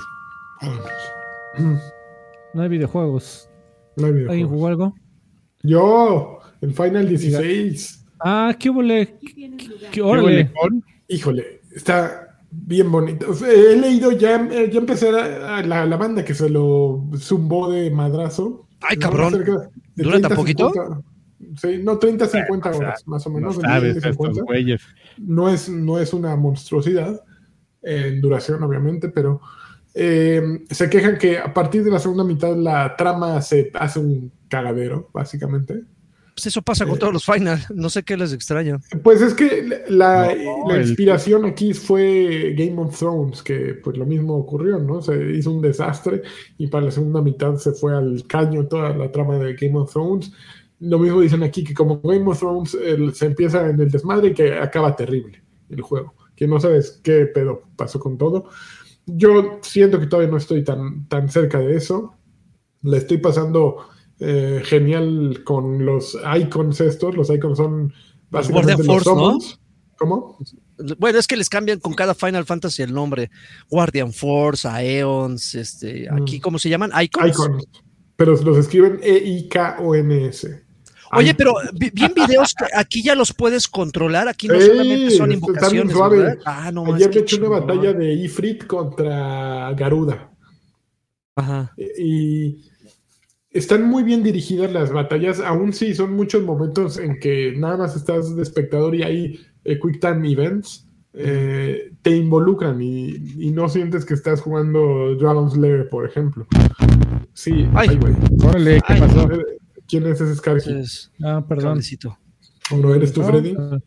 no hay videojuegos. No hay ¿Alguien videojuegos. jugó algo? Yo, el Final dieciséis. Ah, ¿qué hubo? ¿Qué, ¿Qué órale. huele con? Híjole, está bien bonito. O sea, he leído, ya, eh, ya empecé a, a la, la banda que se lo zumbó de madrazo. Ay, No, cabrón. cerca de ¿Dura tan treinta, poquito? cincuenta. Sí, no, treinta, cincuenta O sea, horas, más o No menos. de sabes, treinta, estos cincuenta. güeyes. No es, no es una monstruosidad eh, en duración, obviamente, pero eh, se quejan que a partir de la segunda mitad la trama se hace un cagadero, básicamente. Pues eso pasa con Eh. todos los final. No sé qué les extraña. Pues es que la, No, la el- inspiración aquí fue Game of Thrones, que pues lo mismo ocurrió, ¿no? Se hizo un desastre y para la segunda mitad se fue al caño toda la trama de Game of Thrones. Lo mismo dicen aquí, que como Game of Thrones el- se empieza en el desmadre y que acaba terrible el juego, que no sabes qué pedo pasó con todo. Yo siento que todavía no estoy tan, tan cerca de eso. Le estoy pasando eh, genial con los icons estos. Los icons son básicamente Guardian los Force, ¿no? summons. ¿Cómo? Bueno, es que les cambian con cada Final Fantasy el nombre. Guardian Force, Aeons, este, aquí, Mm. ¿cómo se llaman? Icons. Icons. Pero los escriben E I K O N S. Oye, Icons. pero vi- bien videos que aquí ya los puedes controlar. Aquí no Sí, solamente son está bien invocaciones, suave. ¿verdad? Ah, no, Ayer más me eché una batalla de Ifrit contra Garuda. Ajá. Y están muy bien dirigidas las batallas, aún sí son muchos momentos en que nada más estás de espectador y hay eh, quick time events, eh, te involucran y, y no sientes que estás jugando Dragon Slayer, por ejemplo. Sí, Ay. ay, güey. Órale, ¿qué Ay, pasó? Eh, ¿Quién es ese Scarky? Entonces, Ah, perdón. cablecito. ¿No eres tú, Freddy? Ah,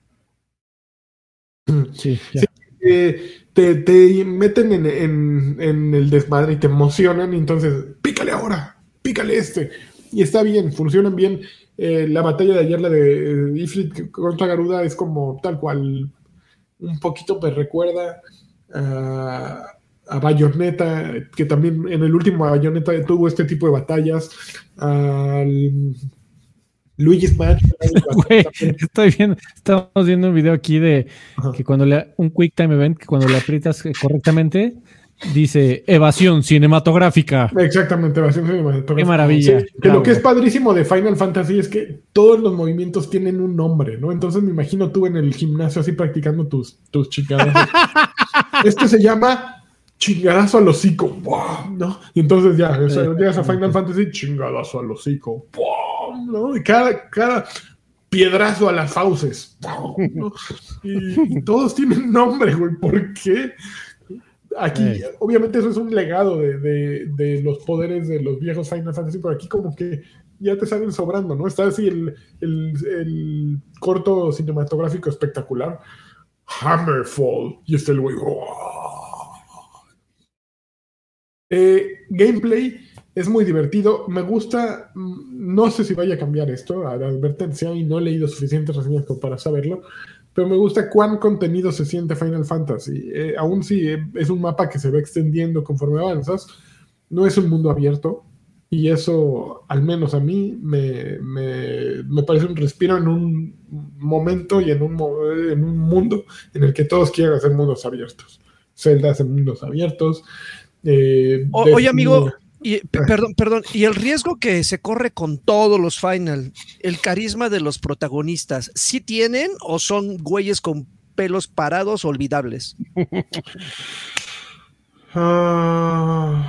sí, ya. Sí. Eh, te, te meten en, en- en el desmadre y te emocionan y entonces, pícale ahora, pícale este. Y está bien, funcionan bien. Eh, la batalla de ayer, la de eh, Ifrit contra Garuda, es como tal cual, un poquito me recuerda a, a Bayonetta, que también en el último Bayonetta tuvo este tipo de batallas. Al Luigi's Mansion. Güey, estoy viendo, estamos viendo un video aquí de Ajá. que cuando le un quick time event, que cuando le aprietas correctamente, dice evasión cinematográfica. Exactamente, evasión cinematográfica. Qué maravilla. Sí, que Bravo. lo que es padrísimo de Final Fantasy es que todos los movimientos tienen un nombre, ¿no? Entonces me imagino tú en el gimnasio así practicando tus, tus chingadazos. Este se llama chingadazo al hocico, ¡buah! ¿no? Y entonces ya, o sea, llegas a Final Fantasy, chingadazo al hocico, ¡buah! ¿no? Y cada, cada piedrazo a las fauces, ¡buah! ¿no? Y, y todos tienen nombre, güey, ¿por qué? Aquí, Eh. obviamente, eso es un legado de, de, de los poderes de los viejos Final Fantasy, pero aquí como que ya te salen sobrando, ¿no? Está así el, el, el corto cinematográfico espectacular. Hammerfall. Y está el güey. Eh, gameplay es muy divertido. Me gusta. No sé si vaya a cambiar esto, a la advertencia, y no he leído suficientes reseñas como para saberlo. Pero me gusta cuán contenido se siente Final Fantasy. Eh, aún si eh, es un mapa que se va extendiendo conforme avanzas, no es un mundo abierto. Y eso, al menos a mí, me, me, me parece un respiro en un momento y en un, en un mundo en el que todos quieren hacer mundos abiertos. Zelda hace mundos abiertos. Eh, O- Destiny- oye, amigo, y, p- perdón, perdón, y el riesgo que se corre con todos los Final, el carisma de los protagonistas, ¿sí tienen o son güeyes con pelos parados olvidables? Ah,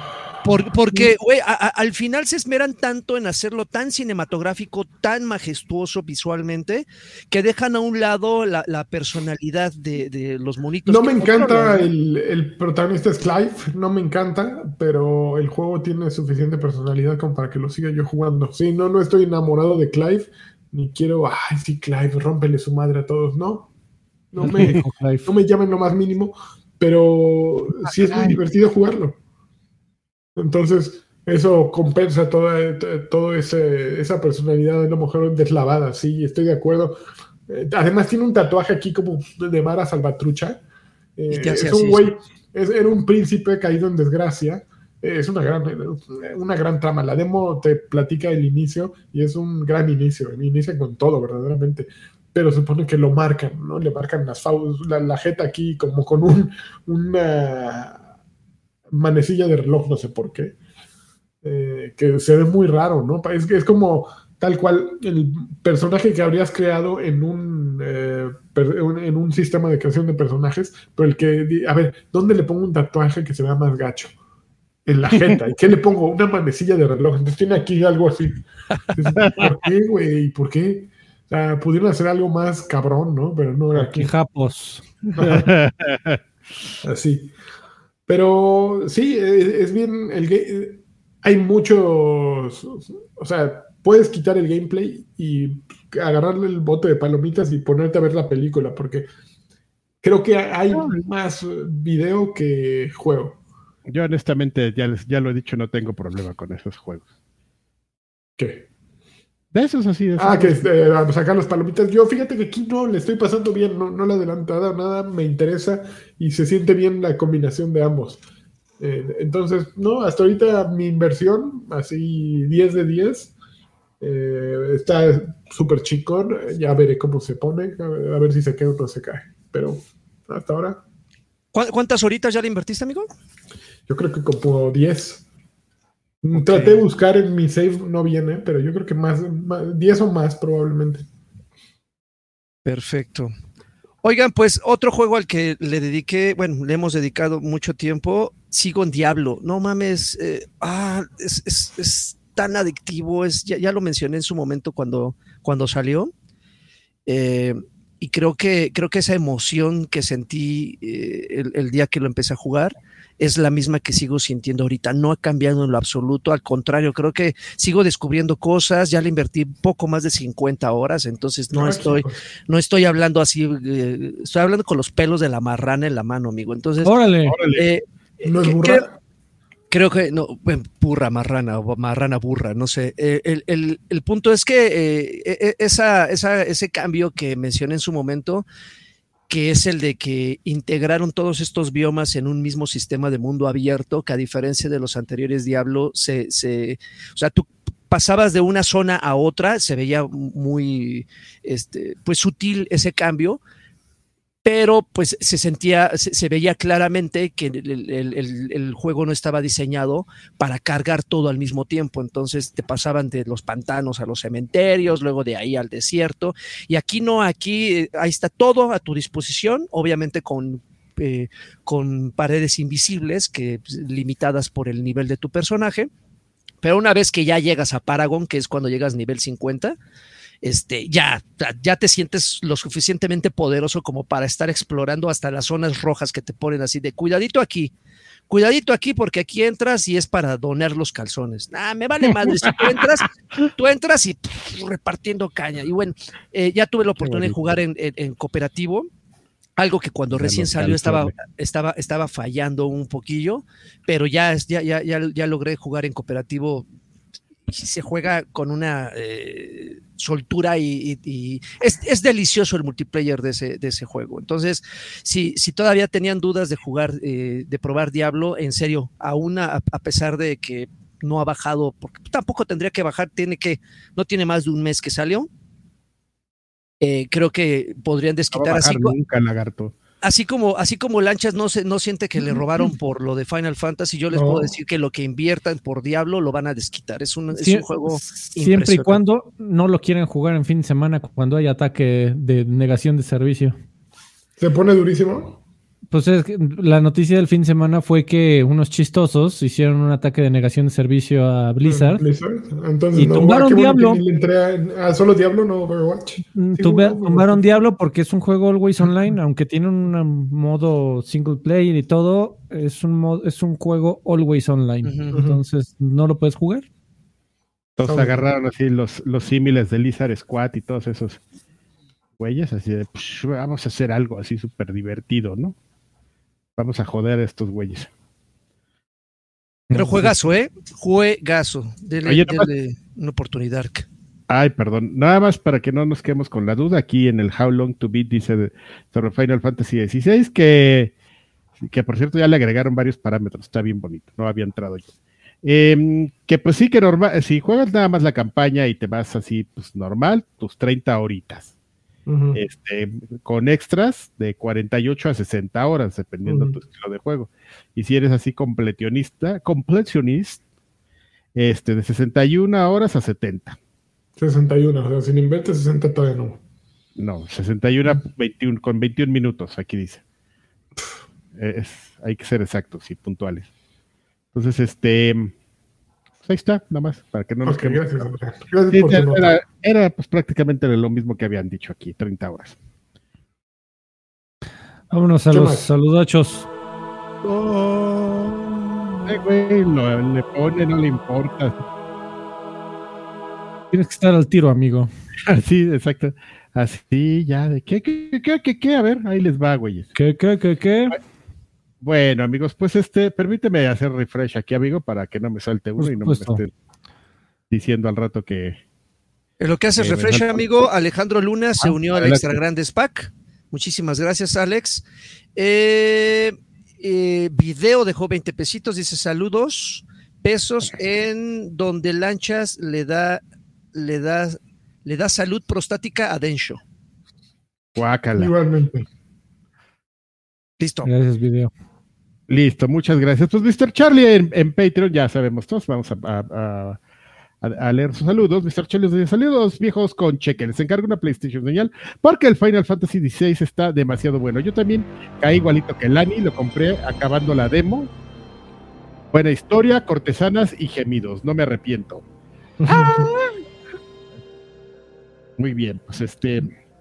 Por, porque, güey, a, a, al final se esmeran tanto en hacerlo tan cinematográfico, tan majestuoso visualmente, que dejan a un lado la, la personalidad de, de los monitos. No me encanta el, el protagonista es Clive, no me encanta, pero el juego tiene suficiente personalidad como para que lo siga yo jugando. Sí, no, no estoy enamorado de Clive, ni quiero, ay, sí, Clive, rómpele su madre a todos, no. No me, no me llamen lo más mínimo, pero sí es muy divertido jugarlo. Entonces, eso compensa toda, toda ese, esa personalidad de una mujer deslavada, sí, estoy de acuerdo. Además, tiene un tatuaje aquí como de Mara Salvatrucha. Eh, es un güey, es, era un príncipe caído en desgracia. Eh, es una gran, una gran trama. La demo te platica el inicio y es un gran inicio. Inicia con todo, verdaderamente. Pero supone que lo marcan, ¿no? Le marcan las fauces, la, la jeta aquí como con un, una manecilla de reloj, no sé por qué, eh, que se ve muy raro, ¿no? Es, es como tal cual el personaje que habrías creado en un, eh, per, en un sistema de creación de personajes, pero el que, a ver, ¿dónde le pongo un tatuaje que se vea más gacho? En la jeta. ¿Y qué le pongo? Una manecilla de reloj. Entonces tiene aquí algo así. ¿Por qué, güey? ¿Por qué? O sea, pudieron hacer algo más cabrón, ¿no? Pero no era aquí. Japos. Así. Pero sí, es, es bien. El, hay muchos. O sea, puedes quitar el gameplay y agarrarle el bote de palomitas y ponerte a ver la película, porque creo que hay más video que juego. Yo, honestamente, ya, les, ya lo he dicho, no tengo problema con esos juegos. ¿Qué? De esos así. De esos ah, que eh, sacar las palomitas. Yo, fíjate que aquí no le estoy pasando bien, no, no la adelantada, nada me interesa y se siente bien la combinación de ambos. Eh, entonces, no, hasta ahorita mi inversión, así diez de diez, eh, está súper chingón. Ya veré cómo se pone, a ver, a ver si se queda o no se cae. Pero hasta ahora. ¿Cuántas horitas ya le invertiste, amigo? Yo creo que como diez. Okay. Traté de buscar en mi save, no viene, pero yo creo que más, más diez o más probablemente. Perfecto. Oigan, pues otro juego al que le dediqué, bueno, le hemos dedicado mucho tiempo, sigo en Diablo. No mames, eh, ah, es, es, es tan adictivo, es, ya, ya lo mencioné en su momento cuando, cuando salió. Eh, y creo que, creo que esa emoción que sentí eh, el, el día que lo empecé a jugar es la misma que sigo sintiendo ahorita, no ha cambiado en lo absoluto, al contrario, creo que sigo descubriendo cosas, ya le invertí poco más de cincuenta horas, entonces no, no estoy no estoy hablando así, eh, estoy hablando con los pelos de la marrana en la mano, amigo, entonces órale, eh, ¿no es que, burra? Creo, creo que, no, burra, marrana, o marrana burra, no sé, eh, el, el, el punto es que eh, esa, esa, ese cambio que mencioné en su momento, que es el de que integraron todos estos biomas en un mismo sistema de mundo abierto, que a diferencia de los anteriores Diablo, se, se, o sea, tú pasabas de una zona a otra, se veía muy este, pues sutil ese cambio, pero pues se sentía, se, se veía claramente que el, el, el, el juego no estaba diseñado para cargar todo al mismo tiempo, entonces te pasaban de los pantanos a los cementerios, luego de ahí al desierto, y aquí no, aquí ahí está todo a tu disposición, obviamente con, eh, con paredes invisibles que limitadas por el nivel de tu personaje, pero una vez que ya llegas a Paragon, que es cuando llegas a nivel cincuenta, Este, ya, ya te sientes lo suficientemente poderoso como para estar explorando hasta las zonas rojas que te ponen así de cuidadito aquí, cuidadito aquí porque aquí entras y es para donar los calzones. Nah, me vale madre, si tú entras, tú entras y pff, repartiendo caña. Y bueno, eh, ya tuve la oportunidad de jugar en, en, en cooperativo, algo que cuando ya recién salió estaba, estaba, estaba fallando un poquillo, pero ya, ya, ya, ya, ya logré jugar en cooperativo. Se juega con una eh, soltura y, y, y es, es delicioso el multiplayer de ese, de ese juego. Entonces, si, si todavía tenían dudas de jugar, eh, de probar Diablo, en serio, aún a, a pesar de que no ha bajado, porque tampoco tendría que bajar, tiene que, no tiene más de un mes que salió, eh, creo que podrían desquitar no va a bajar así. Nunca, lagarto. Así como, así como Lanchas no, se, no siente que le robaron por lo de Final Fantasy, yo les no. puedo decir que lo que inviertan por Diablo lo van a desquitar. Es un, es un juego siempre y cuando no lo quieran jugar en fin de semana cuando hay ataque de negación de servicio. ¿Se pone durísimo? Pues es que la noticia del fin de semana fue que unos chistosos hicieron un ataque de negación de servicio a Blizzard. Blizzard. Entonces, Y no, tumbaron qué bueno Diablo. que ni le entré a, a solo Diablo, no Overwatch. Sí, Tumba- bueno, tumbaron Diablo porque es un juego always online, aunque tiene un modo single player y todo, es un modo, es un juego always online. Ujú. Entonces no lo puedes jugar. Entonces Está agarraron así los, los símiles de Lizard Squad y todos esos güeyes, así de, pues, vamos a hacer algo así súper divertido, ¿no? Vamos a joder a estos güeyes. Pero juegazo, ¿eh? Juegazo. Dele, Oye, nomás- dele una oportunidad. Ay, perdón. Nada más para que no nos quedemos con la duda, aquí en el How Long to Beat dice de- sobre Final Fantasy dieciséis que, que por cierto ya le agregaron varios parámetros, está bien bonito, no había entrado yo. Eh, que pues sí que normal, si juegas nada más la campaña y te vas así, pues normal, tus treinta horitas. Ujú. Este, con extras de cuarenta y ocho a sesenta horas, dependiendo Ujú. tu estilo de juego. Y si eres así completionista, completionist, este, de sesenta y una horas a setenta. sesenta y uno, o sea, sin inverte sesenta todavía no. No, sesenta y uno, veintiuno, con veintiún minutos, aquí dice. Es, hay que ser exactos y puntuales. Entonces, este, pues ahí está, nada más, para que no nos Ok, quedemos. gracias, Adrián. Gracias Sí, por tu nota. era, era, pues prácticamente lo mismo que habían dicho aquí, treinta horas. Vámonos a ¿Qué los más? saludachos. Eh, güey, lo- le pone, no le importa. Tienes que estar al tiro, amigo. Así, exacto. Así, ya, de qué, qué, qué, qué, qué, a ver, ahí les va, güeyes. ¿Qué, qué, qué, qué? Bueno, amigos, pues este, permíteme hacer refresh aquí, amigo, para que no me salte uno Por y no me supuesto. esté diciendo al rato que. En lo que hace Eh, refresh, me- amigo, Alejandro Luna se Ah, unió al adelante. Extra Grandes Pack. Muchísimas gracias, Alex. Eh, eh, video dejó veinte pesitos, dice saludos, pesos en donde Lanchas le da, le da, le da salud prostática a Densho. Guácala. Igualmente. Listo. Gracias, video. Listo, muchas gracias. Pues mister Charlie en, en Patreon, ya sabemos todos, vamos a, a, a- a leer sus saludos. mister Charlie dice, saludos viejos con cheque, les encargo una PlayStation señal, porque el Final Fantasy dieciséis está demasiado bueno. Yo también caí igualito que Lani, lo compré acabando la demo. Buena historia, cortesanas y gemidos, no me arrepiento. Muy bien, pues este...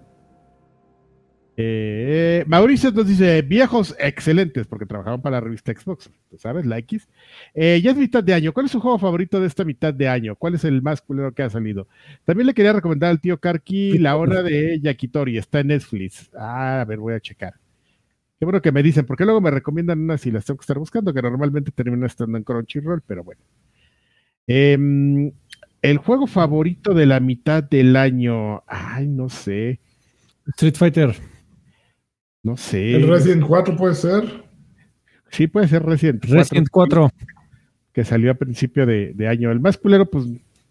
Eh, Mauricio nos dice, viejos excelentes, porque trabajaban para la revista Xbox, tú sabes, la X. Eh, ya es mitad de año, ¿cuál es su juego favorito de esta mitad de año? ¿Cuál es el más culero que ha salido? También le quería recomendar al tío Karki La Hora de Yakitori, está en Netflix. Ah, a ver, voy a checar. Qué bueno que me dicen, porque luego me recomiendan unas y las tengo que estar buscando, que normalmente terminan estando en Crunchyroll, pero bueno. Eh, el juego favorito de la mitad del año, ay, no sé, Street Fighter. no sé. El Resident cuatro puede ser. Sí, puede ser Resident, Resident cuatro. que salió a principio de, de año. El más culero, pues,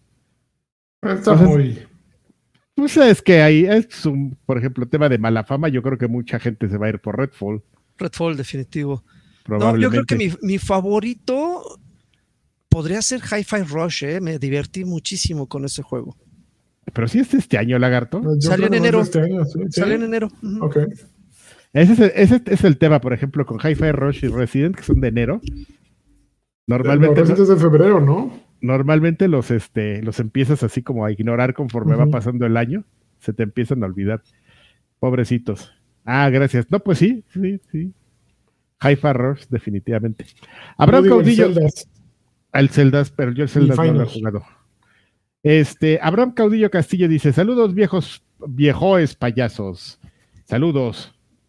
Está Pues es- muy. pues es que ahí es un, por ejemplo, tema de mala fama. Yo creo que mucha gente se va a ir por Redfall, Redfall, definitivo. No, probablemente. yo creo que mi, mi favorito podría ser Hi-Fi Rush, ¿eh? Me divertí muchísimo con ese juego. Pero sí es este año, Lagarto. Yo Salió creo en que enero. más de este año, sí, sí. Salió en enero. Ujú. Ok. Ese es, el, ese es el tema, por ejemplo, con Hi-Fi Rush y Resident, que son de enero. Normalmente, Los Resident es de febrero, ¿no? normalmente los, este, los empiezas así como a ignorar conforme va Ujú. pasando el año. Se te empiezan a olvidar. Pobrecitos. Ah, gracias. No, pues sí, sí, sí. Hi-Fi Rush, definitivamente. Abraham Yo digo el Caudillo. Zeldas. Al Zeldas, pero yo el Zeldas no lo he Finals. jugado. Este, Abraham Caudillo Castillo dice, saludos viejos, viejoes payasos. Saludos.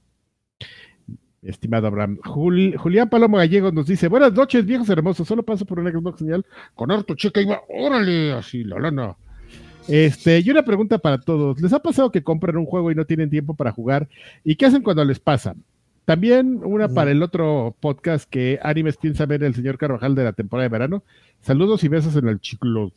Estimado Abraham. Jul- Julián Palomo Gallego nos dice, buenas noches, viejos hermosos, solo paso por una Xbox señal con harto cheque y va, órale, así, la lana. Este, y una pregunta para todos. ¿Les ha pasado que compran un juego y no tienen tiempo para jugar? ¿Y qué hacen cuando les pasa? También una para el otro podcast que Animes piensa ver el señor Carvajal de la temporada de verano. Saludos y besos en el chiclos.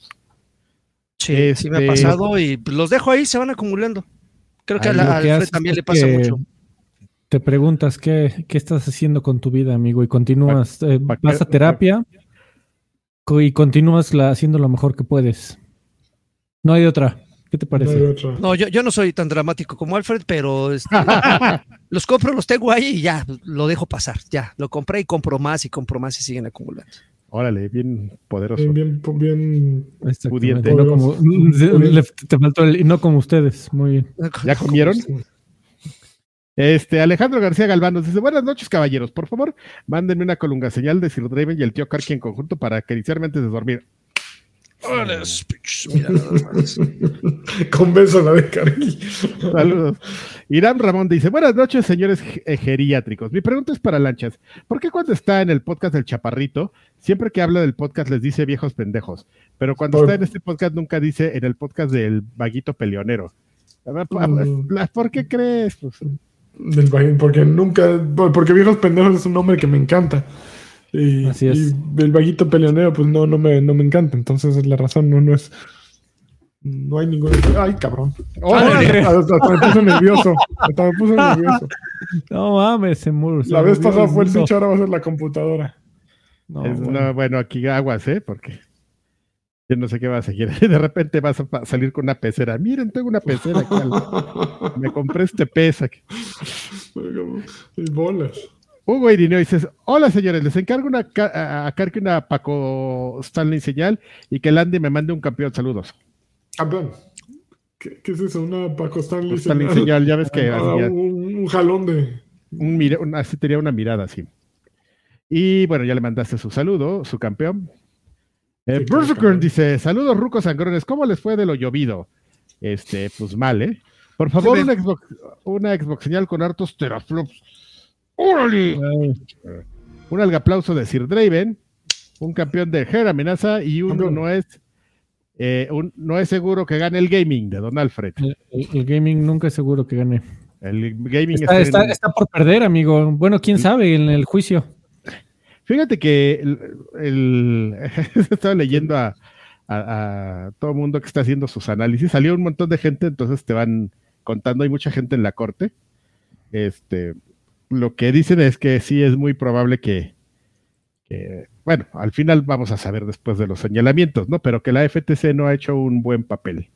Sí, sí me ha Este- pasado y pues, los dejo ahí, se van acumulando. Creo que Ay, a, la, lo a que Alfred haces también es le pasa que mucho. Te preguntas qué, qué estás haciendo con tu vida, amigo, y continúas, eh, pa' vas qué- a terapia co- y continúas la- haciendo lo mejor que puedes. No hay otra. ¿Qué te No hay parece? otra. No, yo, yo no soy tan dramático como Alfred, pero este, los compro, los tengo ahí y ya, lo dejo pasar. Ya, lo compré y compro más y compro más y siguen acumulando. Órale, bien poderoso. Bien, bien, bien. Pudiente. Exactamente. No como, le- te faltó el y no como ustedes. Muy bien. ¿Ya comieron? Este, Alejandro García Galván nos dice, buenas noches, caballeros. Por favor, mándenme una colunga señal de Sir Draven y el tío Karki en conjunto para acariciarme antes de dormir. Órale, pinches, mira, nada más. Con beso la de Karki. Saludos. Irán Ramón dice, buenas noches, señores ge- geriátricos. Mi pregunta es para Lanchas. ¿Por qué cuando está en el podcast del Chaparrito, siempre que habla del podcast les dice viejos pendejos? Pero cuando Por- está en este podcast nunca dice en el podcast del Vaguito Peleonero. A ver, pa- Mm. la- ¿Por qué crees? Pues, Del Vaguito, porque nunca, porque Viejos Pendejos es un nombre que me encanta. Y, Así es. y el Vaguito Peleonero, pues no, no me, no me encanta. Entonces la razón no, no es. No hay ninguna. Ay, cabrón. ¡Órale! Hasta, hasta me puse nervioso. Hasta me puse nervioso. No mames, se murió. La vez pasada fue el Switch, ahora va a ser la computadora. No, Es- bueno. no, bueno, aquí aguas, ¿eh? Porque yo no sé qué vas a seguir. De repente vas a pa- salir con una pecera. Miren, tengo una pecera aquí. al- Me compré este pez aquí. Y bolas. Hugo Irineo dice, hola señores, les encargo una ca- a, a Karki una Paco Stanley señal y que el Andy me mande un campeón, saludos. Campeón. ¿Qué, qué es eso? Una Paco Stanley. Stanley señal, ya ves que Ah, así, ya- un, un jalón de. un mira- un- así tenía una mirada así. Y bueno, ya le mandaste su saludo, su campeón. Eh, Sí, claro, Berserker campeón. dice, saludos rucos sangrones, ¿cómo les fue de lo llovido? Este, pues mal, ¿eh? Por favor, Sí, una Xbox, una Xbox señal con hartos teraflops. ¡Órale! Ay, Un algaplauso de Sir Draven, un campeón de Her Amenaza y uno Campeón. no es eh, un- no es seguro que gane el gaming de Don Alfred. el, el- el gaming nunca es seguro que gane. El gaming Está, está está- en- está por perder, amigo. Bueno, quién sabe en el juicio. Fíjate que el, el- estaba leyendo a, a- a todo el mundo que está haciendo sus análisis. Salió un montón de gente, entonces te van contando. Hay mucha gente en la corte. Este, lo que dicen es que sí es muy probable que, que, bueno, al final vamos a saber después de los señalamientos, ¿no? Pero que la F T C no ha hecho un buen papel,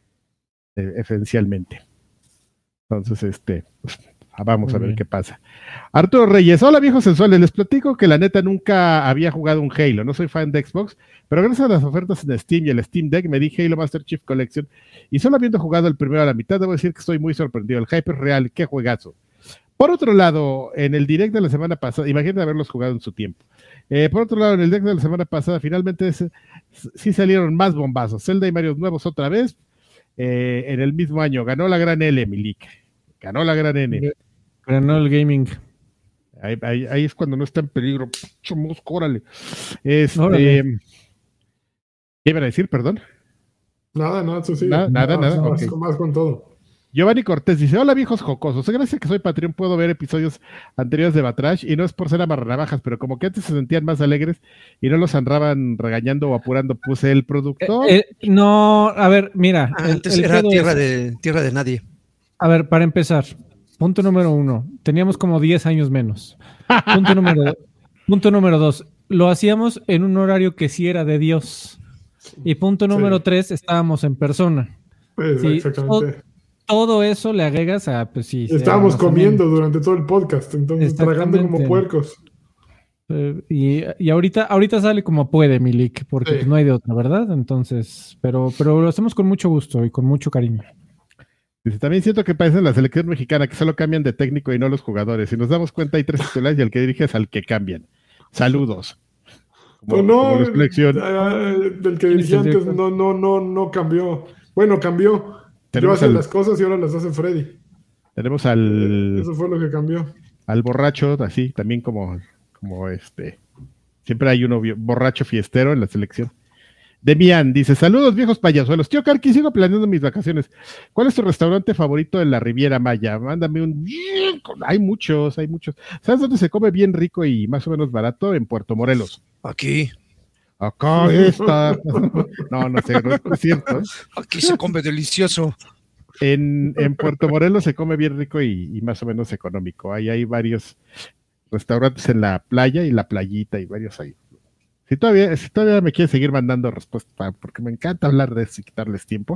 eh, esencialmente. Entonces, este, pues, vamos Muy a ver bien. qué pasa. Arturo Reyes, hola viejos sensuales, les platico que la neta nunca había jugado un Halo, no soy fan de Xbox, pero gracias a las ofertas en Steam y el Steam Deck me di Halo Master Chief Collection y solo habiendo jugado el primero a la mitad, debo decir que estoy muy sorprendido, el hype es real, qué juegazo. Por otro lado, en el direct de la semana pasada, imagínate haberlos jugado en su tiempo. Eh, por otro lado, en el direct de la semana pasada, finalmente es- sí salieron más bombazos. Zelda y Mario nuevos otra vez, eh, en el mismo año. Ganó la gran L, Milik. Ganó la gran N. Ganó el gaming. Ahí, ahí- ahí es cuando no está en peligro. Pucho mosco, órale. Este, Órale. ¿Qué iban a decir? Perdón. Nada, nada, eso sí. Nada, nada, nada, Más, ok. más con todo. Giovanni Cortés dice, hola viejos jocosos, gracias a que soy Patreon puedo ver episodios anteriores de Batrash y no es por ser amarranavajas, pero como que antes se sentían más alegres y no los andaban regañando o apurando, puse el productor. Eh, eh, no, a ver, mira. el- Antes el era pedo tierra es- de, tierra de nadie. A ver, para empezar, punto número uno, teníamos como diez años menos. Punto número, punto número dos, lo hacíamos en un horario que sí era de Dios. Y punto número Sí. tres, estábamos en persona. Pues, Sí, exactamente. Todo eso le agregas a, pues sí. sí, Estábamos más o comiendo durante todo el podcast, entonces tragando como Exactamente. puercos. menos. Eh, y y ahorita, ahorita sale como puede, Milik, porque Sí. pues, no hay de otra, ¿verdad? Entonces, pero, pero lo hacemos con mucho gusto y con mucho cariño. Dice, también siento que parece la selección mexicana que solo cambian de técnico y no los jugadores. Si nos damos cuenta hay tres titulares y el que dirige es al que cambian. Saludos. Como, Pues no, como la selección. eh, el que ¿Quién es dirigía el antes director? no, no, no, no cambió. Bueno, cambió. Yo Tenemos hacía al- las cosas y ahora las hace Freddy. Tenemos al, Eso fue lo que cambió. al borracho, así, también como, como este. Siempre hay uno vi- borracho fiestero en la selección. Demian dice, saludos viejos payasuelos. Tío Karki, sigo planeando mis vacaciones. ¿Cuál es tu restaurante favorito en la Riviera Maya? Mándame un... Hay muchos, hay muchos. ¿Sabes dónde se come bien rico y más o menos barato? En Puerto Morelos. Aquí, Acá está. No, no sé, no es, no es cierto. ¿eh? aquí se come delicioso. En, en Puerto Morelos se come bien rico y, y más o menos económico. Ahí hay varios restaurantes en la playa y la playita y varios ahí. Si todavía, si todavía me quieres seguir mandando respuestas, porque me encanta hablar de eso y quitarles tiempo,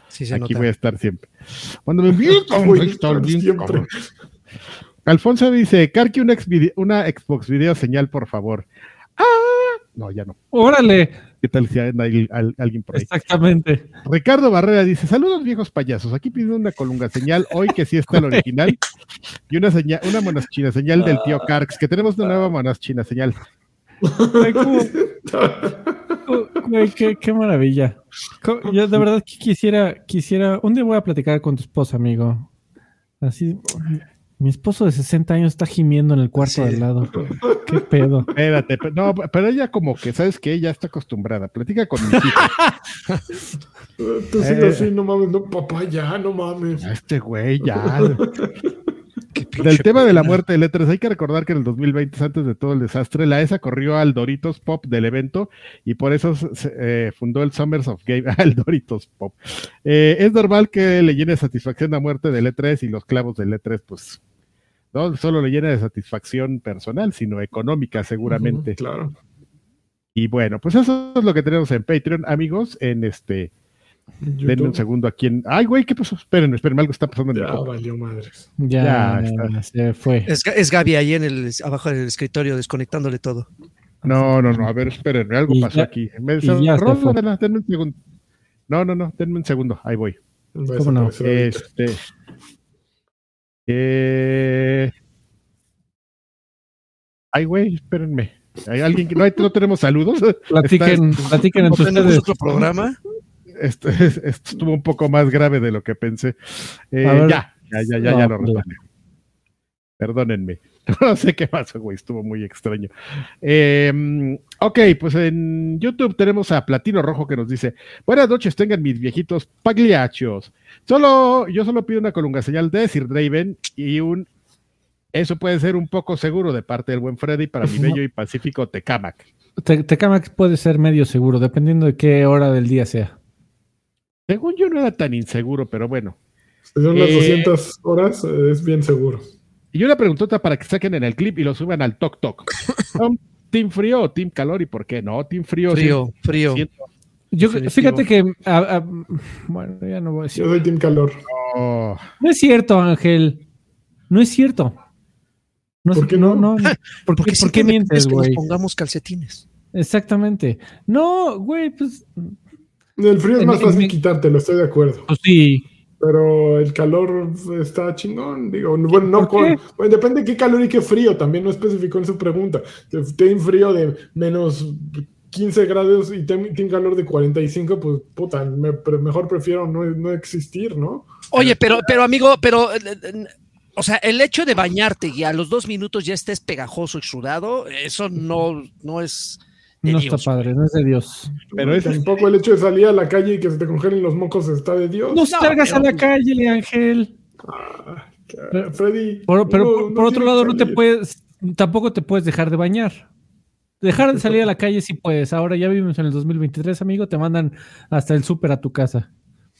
Sí, se aquí nota. voy a estar siempre. Cuando me invitan, voy a estar bien, Siempre. cabrón. Alfonso dice, Karki, una, exvide- una Xbox video señal, por favor. ¡Ah! No, ya no. Órale, ¿Qué tal si hay al- al- alguien por ahí? exactamente. Ricardo Barrera dice, saludos viejos payasos, aquí pidiendo una colunga señal, hoy que sí está el original, y una señal, una monaschina señal del tío Karks, que tenemos una nueva monaschina señal. Ay, cómo- Güey, qué, qué maravilla. Co- Yo de verdad que quisiera, quisiera, un día voy a platicar con tu esposa, amigo. Así, mi esposo de sesenta años está gimiendo en el cuarto Sí. de al lado. Qué pedo. Espérate, pe- no, pero ella como que, ¿sabes qué? Ella está acostumbrada, platica con mis hijos. Tú sigues Eh. así, no mames, no, papá, ya, no mames. A este güey, ya. Qué pinche Del tema de la pena. muerte de E tres, hay que recordar que en el dos mil veinte, antes de todo el desastre, la E S A corrió al Doritos Pop del evento y por eso se, eh, fundó el Summers of Game, el Doritos Pop. Eh, es normal que le llene de satisfacción la muerte del E tres y los clavos del E tres, pues no solo le llena de satisfacción personal, sino económica seguramente. Ujú, claro. Y bueno, pues eso es lo que tenemos en Patreon, amigos, en este... YouTube. Denme un segundo aquí en... Ay, güey, ¿qué pasó? Espérenme, espérenme, algo está pasando en mi Ya copa. valió madres. Ya, Ya está. se fue. Es, es Gaby ahí en el, abajo del escritorio desconectándole todo. No, no, no, a ver, espérenme, algo Y pasó ya- aquí. Me, y ya se fue. Ródala, denme un segundo. No, no, no, denme un segundo, ahí voy. Va a ¿Cómo no? desaparecer ahorita. Este... Eh... Ay, güey, espérenme. ¿Hay alguien que no, hay, no tenemos saludos? Platiquen, Está- platiquen ¿No entre tenemos ustedes. otro programa? Esto, esto estuvo un poco más grave de lo que pensé. Eh, A ver. ya, ya, ya, ya, No, ya lo hombre. resolví. Perdónenme. No sé qué pasó, güey. Estuvo muy extraño. Eh, ok, pues en YouTube tenemos a Platino Rojo que nos dice: buenas noches, tengan mis viejitos pagliachos. Solo, yo solo pido una colunga señal de Sir Draven y un. Eso puede ser un poco seguro de parte del buen Freddy para mi bello y pacífico Tecamac. Te- Tecamac puede ser medio seguro, dependiendo de qué hora del día sea. Según yo no era tan inseguro, pero bueno. Si son unas Eh, doscientas horas, eh, es bien seguro. Y una preguntota para que saquen en el clip y lo suban al Tok Tok. ¿Son Team Frío o Team Calor? ¿Y por qué no? Team Frío. Frío, frío. siento- Yo, Definitivo. fíjate que, a- a- bueno, ya no voy a decir. Yo soy Team Calor. Oh, No es cierto, Ángel. No es cierto. No ¿Por sé- qué no, no? no, ¿Por qué, Porque ¿por qué simplemente mientes, es que nos güey? pongamos calcetines. Exactamente. No, güey, pues, El frío es En- más en fácil mi- quitártelo, estoy de acuerdo. pues sí. Pero el calor está chingón. Digo, bueno, no ¿Por qué? con. Bueno, depende de qué calor y qué frío. También no especificó en su pregunta. Team frío de menos quince grados y team team calor de cuarenta y cinco, pues puta, me- pero mejor prefiero no, no existir, ¿no? Oye, pero, pero amigo, pero, eh, eh, o sea, el hecho de bañarte y a los dos minutos ya estés pegajoso y sudado, eso no, no es de No Dios. está padre, no es de Dios. pero es, Tampoco el hecho de salir a la calle y que se te congelen los mocos está de Dios. No salgas pero- a la calle, Ángel. Ah, Freddy. Por- pero uno- por, uno por otro tiene lado, que no te salir. puedes, tampoco te puedes dejar de bañar. Dejar de salir a la calle sí puedes. Ahora ya vivimos en el dos mil veintitrés, amigo. Te mandan hasta el súper a tu casa.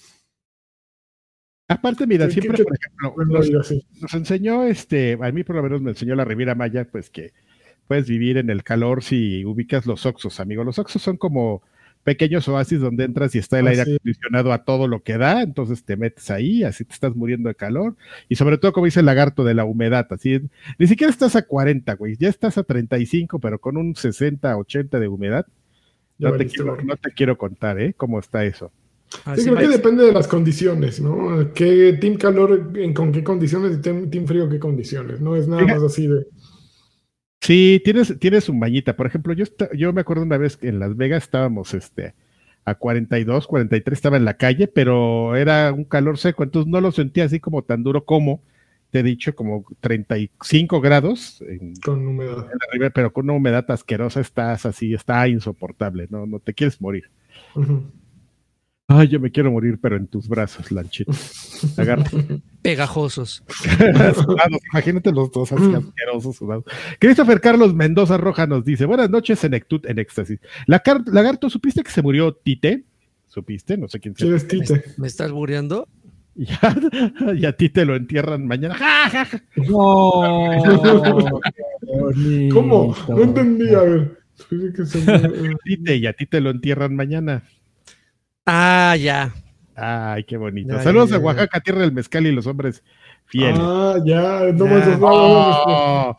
aparte, mira, ¿Qué- siempre, qué- por ejemplo, Bueno, nos, digo así. nos enseñó, este, a mí por lo menos me enseñó la Riviera Maya, pues que puedes vivir en el calor si ubicas los Oxxos, amigo. Los Oxxos son como pequeños oasis donde entras y está el Ah, aire sí. acondicionado a todo lo que da, entonces te metes ahí, así te estás muriendo de calor, y sobre todo, como dice el lagarto, de la humedad, así, ni siquiera estás a cuarenta, güey, ya estás a treinta y cinco, pero con un sesenta, ochenta de humedad, Ya no te, valiste, quiero, güey. no te quiero contar, ¿eh? ¿Cómo está eso? Sí, Así creo va. que depende de las condiciones, ¿no? ¿Qué team calor en, con qué condiciones y team, team frío qué condiciones? No es nada Fíjate. más así de. Sí, tienes, tienes un bañita. Por ejemplo, yo, esta- yo me acuerdo una vez que en Las Vegas estábamos este, a cuarenta y dos, cuarenta y tres, estaba en la calle, pero era un calor seco, entonces no lo sentía así como tan duro como, te he dicho, como treinta y cinco grados en, Con humedad. en la ribera, pero con una humedad asquerosa estás así, está insoportable, no, no te quieres morir. Ujú. Ay, yo me quiero morir, pero en tus brazos, Lanchito. Agarra. Pegajosos. Sudados, imagínate los dos así asquerosos sudados. Christopher Carlos Mendoza Roja nos dice: buenas noches, Senectud en éxtasis. La car- Lagarto, ¿supiste que se murió Tite? ¿Supiste? No sé quién ¿Quién sea. es Tite? ¿Me estás bureando? Ya, y a ti te lo entierran mañana. ¡Ja, ja, ja! No. ¿Cómo? No entendí, a ver. Dice que se me- Tite, y a ti te lo entierran mañana. Ah, ya. Ay, qué bonito. Ya, Saludos ya, a ya. Oaxaca, tierra del mezcal y los hombres fieles. Ah, ya, no Ya. más dos Oh.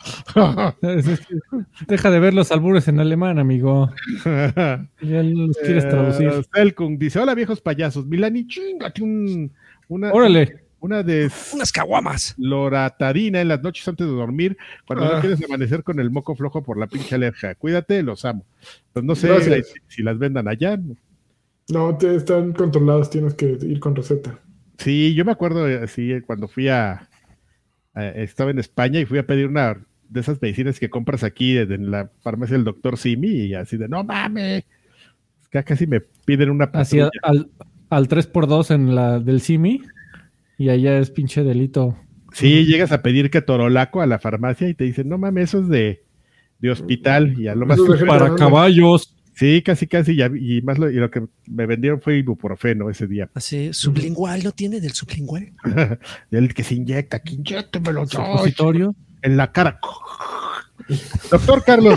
Deja de ver los albures en alemán, amigo. Ya los quieres traducir. Eh, Selkung dice: Hola viejos payasos. Milani, chingate un, una, Órale. una de Unas caguamas. loratadina en las noches antes de dormir, cuando no Ah. quieres amanecer con el moco flojo por la pinche alergia. Cuídate, los amo. Pues no sé Gracias. si, si las vendan allá. No, te están controlados, tienes que ir con receta. Sí, yo me acuerdo eh, así eh, cuando fui a, a- estaba en España y fui a pedir una de esas medicinas que compras aquí eh, en la farmacia del doctor Simi y así de no mames, que casi me piden una Así patrulla. al, al tres por dos en la del Simi. Y allá es pinche delito. Sí, llegas a pedir que torolaco a la farmacia y te dicen no mames, eso es de, de hospital y a lo más Eso es de gente Para grande. caballos. sí, casi casi ya- y más lo, y lo que me vendieron fue ibuprofeno ese día. Así, sublingual, ¿no tiene del sublingual? El que se inyecta, que inyéctemelo yo, Supositorio. en la cara. Doctor Carlos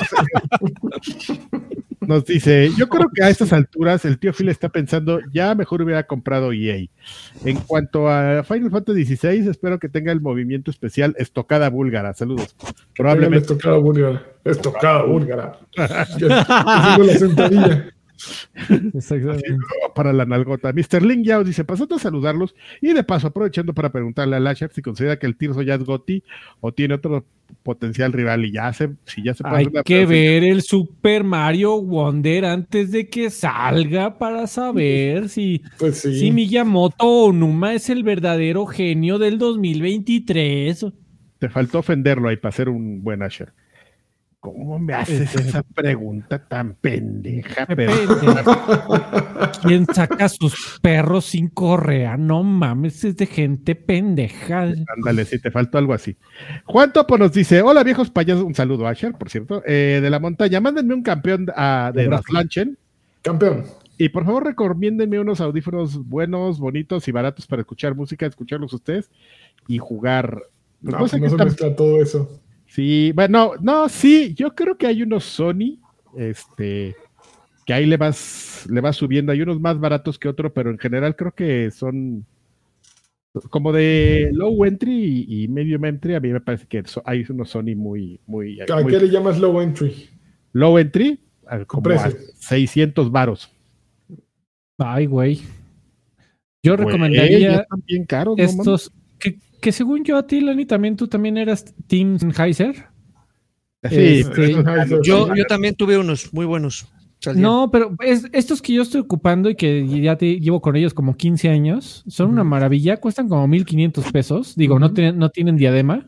nos dice, yo creo que a estas alturas el tío Phil está pensando, ya mejor hubiera comprado E A. En cuanto a Final Fantasy dieciséis, espero que tenga el movimiento especial estocada búlgara. Saludos. Probablemente. Estocada búlgara. Estocada búlgara. Que- haciendo la sentadilla. Exactamente. Para la nalgota. mister Ling Yao dice, pasando a saludarlos y de paso aprovechando para preguntarle a Lasher si considera que el Tirso ya es Goti o tiene otro potencial rival y ya se, si ya se puede Hay hacer una que predicción. ver el Super Mario Wonder antes de que salga para saber si, Pues sí. si Miyamoto Onuma es el verdadero genio del dos mil veintitrés. Te faltó ofenderlo ahí para ser un buen Asher. ¿Cómo me haces Este- esa pregunta tan pendeja? Pero ¿Quién saca a sus perros sin correa? No mames, es de gente pendeja. ándale, si te faltó algo así. Juan Topo nos dice: Hola viejos payasos, un saludo Asher, por cierto, eh, de la montaña. Mándenme un campeón ah, de Abrazo. Daslanchen Campeón. y por favor recomiéndenme unos audífonos buenos, bonitos y baratos para escuchar música, escucharlos ustedes y jugar. Pues No, no sé no qué se tan- mezcla todo eso. Sí, bueno, no, sí, yo creo que hay unos Sony, este, que ahí le vas, le vas subiendo, hay unos más baratos que otros, pero en general creo que son como de low entry y, y medium entry, a mí me parece que so- hay unos Sony muy, muy, ¿A muy qué le llamas low entry? low entry, a- como a precio. seiscientos varos. Ay, güey. Yo Güey, recomendaría ya están bien caros, ¿no, estos que, que según yo a ti, Lani, también tú también eras Team Sennheiser. mames? Sí, este, pero esos caros. Yo, yo también tuve unos muy buenos. Salían. No, pero es- estos que yo estoy ocupando y que ya te, llevo con ellos como quince años, son una maravilla, cuestan como mil quinientos pesos. Digo, no, tienen, no tienen diadema,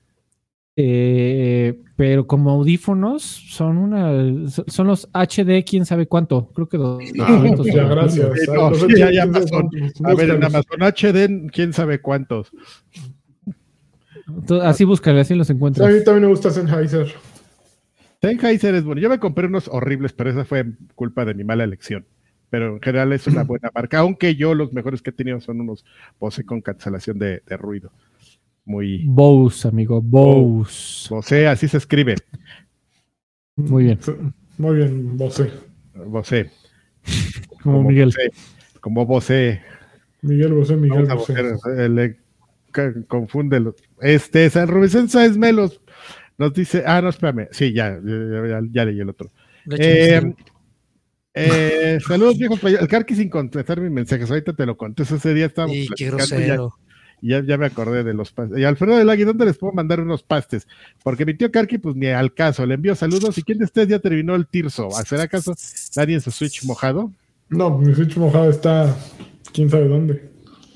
eh, pero como audífonos son una son los H D, quién sabe cuánto, creo que dos- Ah, doscientos. ya, gracias. Sí, Ay, no, los sí, ocho, hay quién sabe Amazon. cuántos. A ver, en Búscalos. Amazon H D, quién sabe cuántos. Entonces, así búscale, así los A encuentras. mí también me gusta Sennheiser. Sennheiser es bueno. Yo me compré unos horribles, pero esa fue culpa de mi mala elección. Pero en general es una buena marca, aunque yo los mejores que he tenido son unos Bose con cancelación de, de ruido. Muy Bose, amigo, Bose. Bose, así se escribe. Muy bien. Muy bien, Bose. Bose. Como Miguel. Bose, como Bose. Miguel Bosé, Miguel Vamos a Bosé. buscar, eh, le ca- confunde los- Este, San Rubén Sáenz Melos nos dice, ah, no, espérame. Sí, ya, ya, ya- ya leí el otro. De hecho, Eh, eh, saludos viejos payasos. El Carqui sin contestar mis mensajes, ahorita te lo contesto. Ese día estábamos y qué platicando y ya, grosero. y ya, ya me acordé de los pastes. Y Alfredo del Águila, ¿dónde les puedo mandar unos pastes? Porque mi tío Carqui, pues ni al caso. Le envío saludos. ¿Y quién de ustedes ya terminó el Tirso? ¿Será acaso nadie en su Switch mojado? No, mi Switch mojado está quién sabe dónde.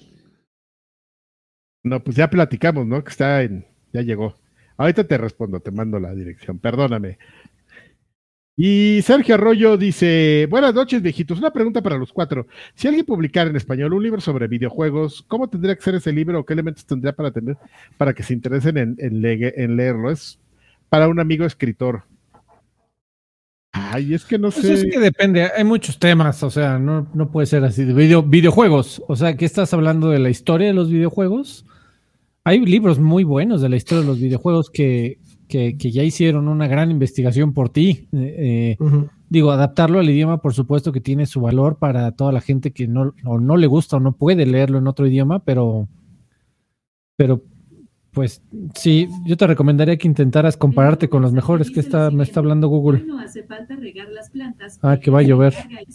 No, pues ya platicamos, ¿no? Que está en, ya llegó. Ahorita te respondo, te mando la dirección, perdóname. Y Sergio Arroyo dice, buenas noches viejitos, una pregunta para los cuatro. Si alguien publicara en español un libro sobre videojuegos, ¿cómo tendría que ser ese libro o qué elementos tendría para tener para que se interesen en, en, le- en leerlo? Es para un amigo escritor. Ay, es que no Pues sé. es que depende, hay muchos temas, o sea, no, no puede ser así. De video, videojuegos, o sea, ¿qué estás hablando de la historia de los videojuegos? Hay libros muy buenos de la historia de los videojuegos que, que, que ya hicieron una gran investigación por ti. Eh, eh, Ujú. Digo, adaptarlo al idioma, por supuesto que tiene su valor para toda la gente que no, o no le gusta o no puede leerlo en otro idioma, pero, pero pues sí, yo te recomendaría que intentaras compararte con los mejores. Que está, me está hablando Google. No hace falta regar las plantas. Ah, que va a llover.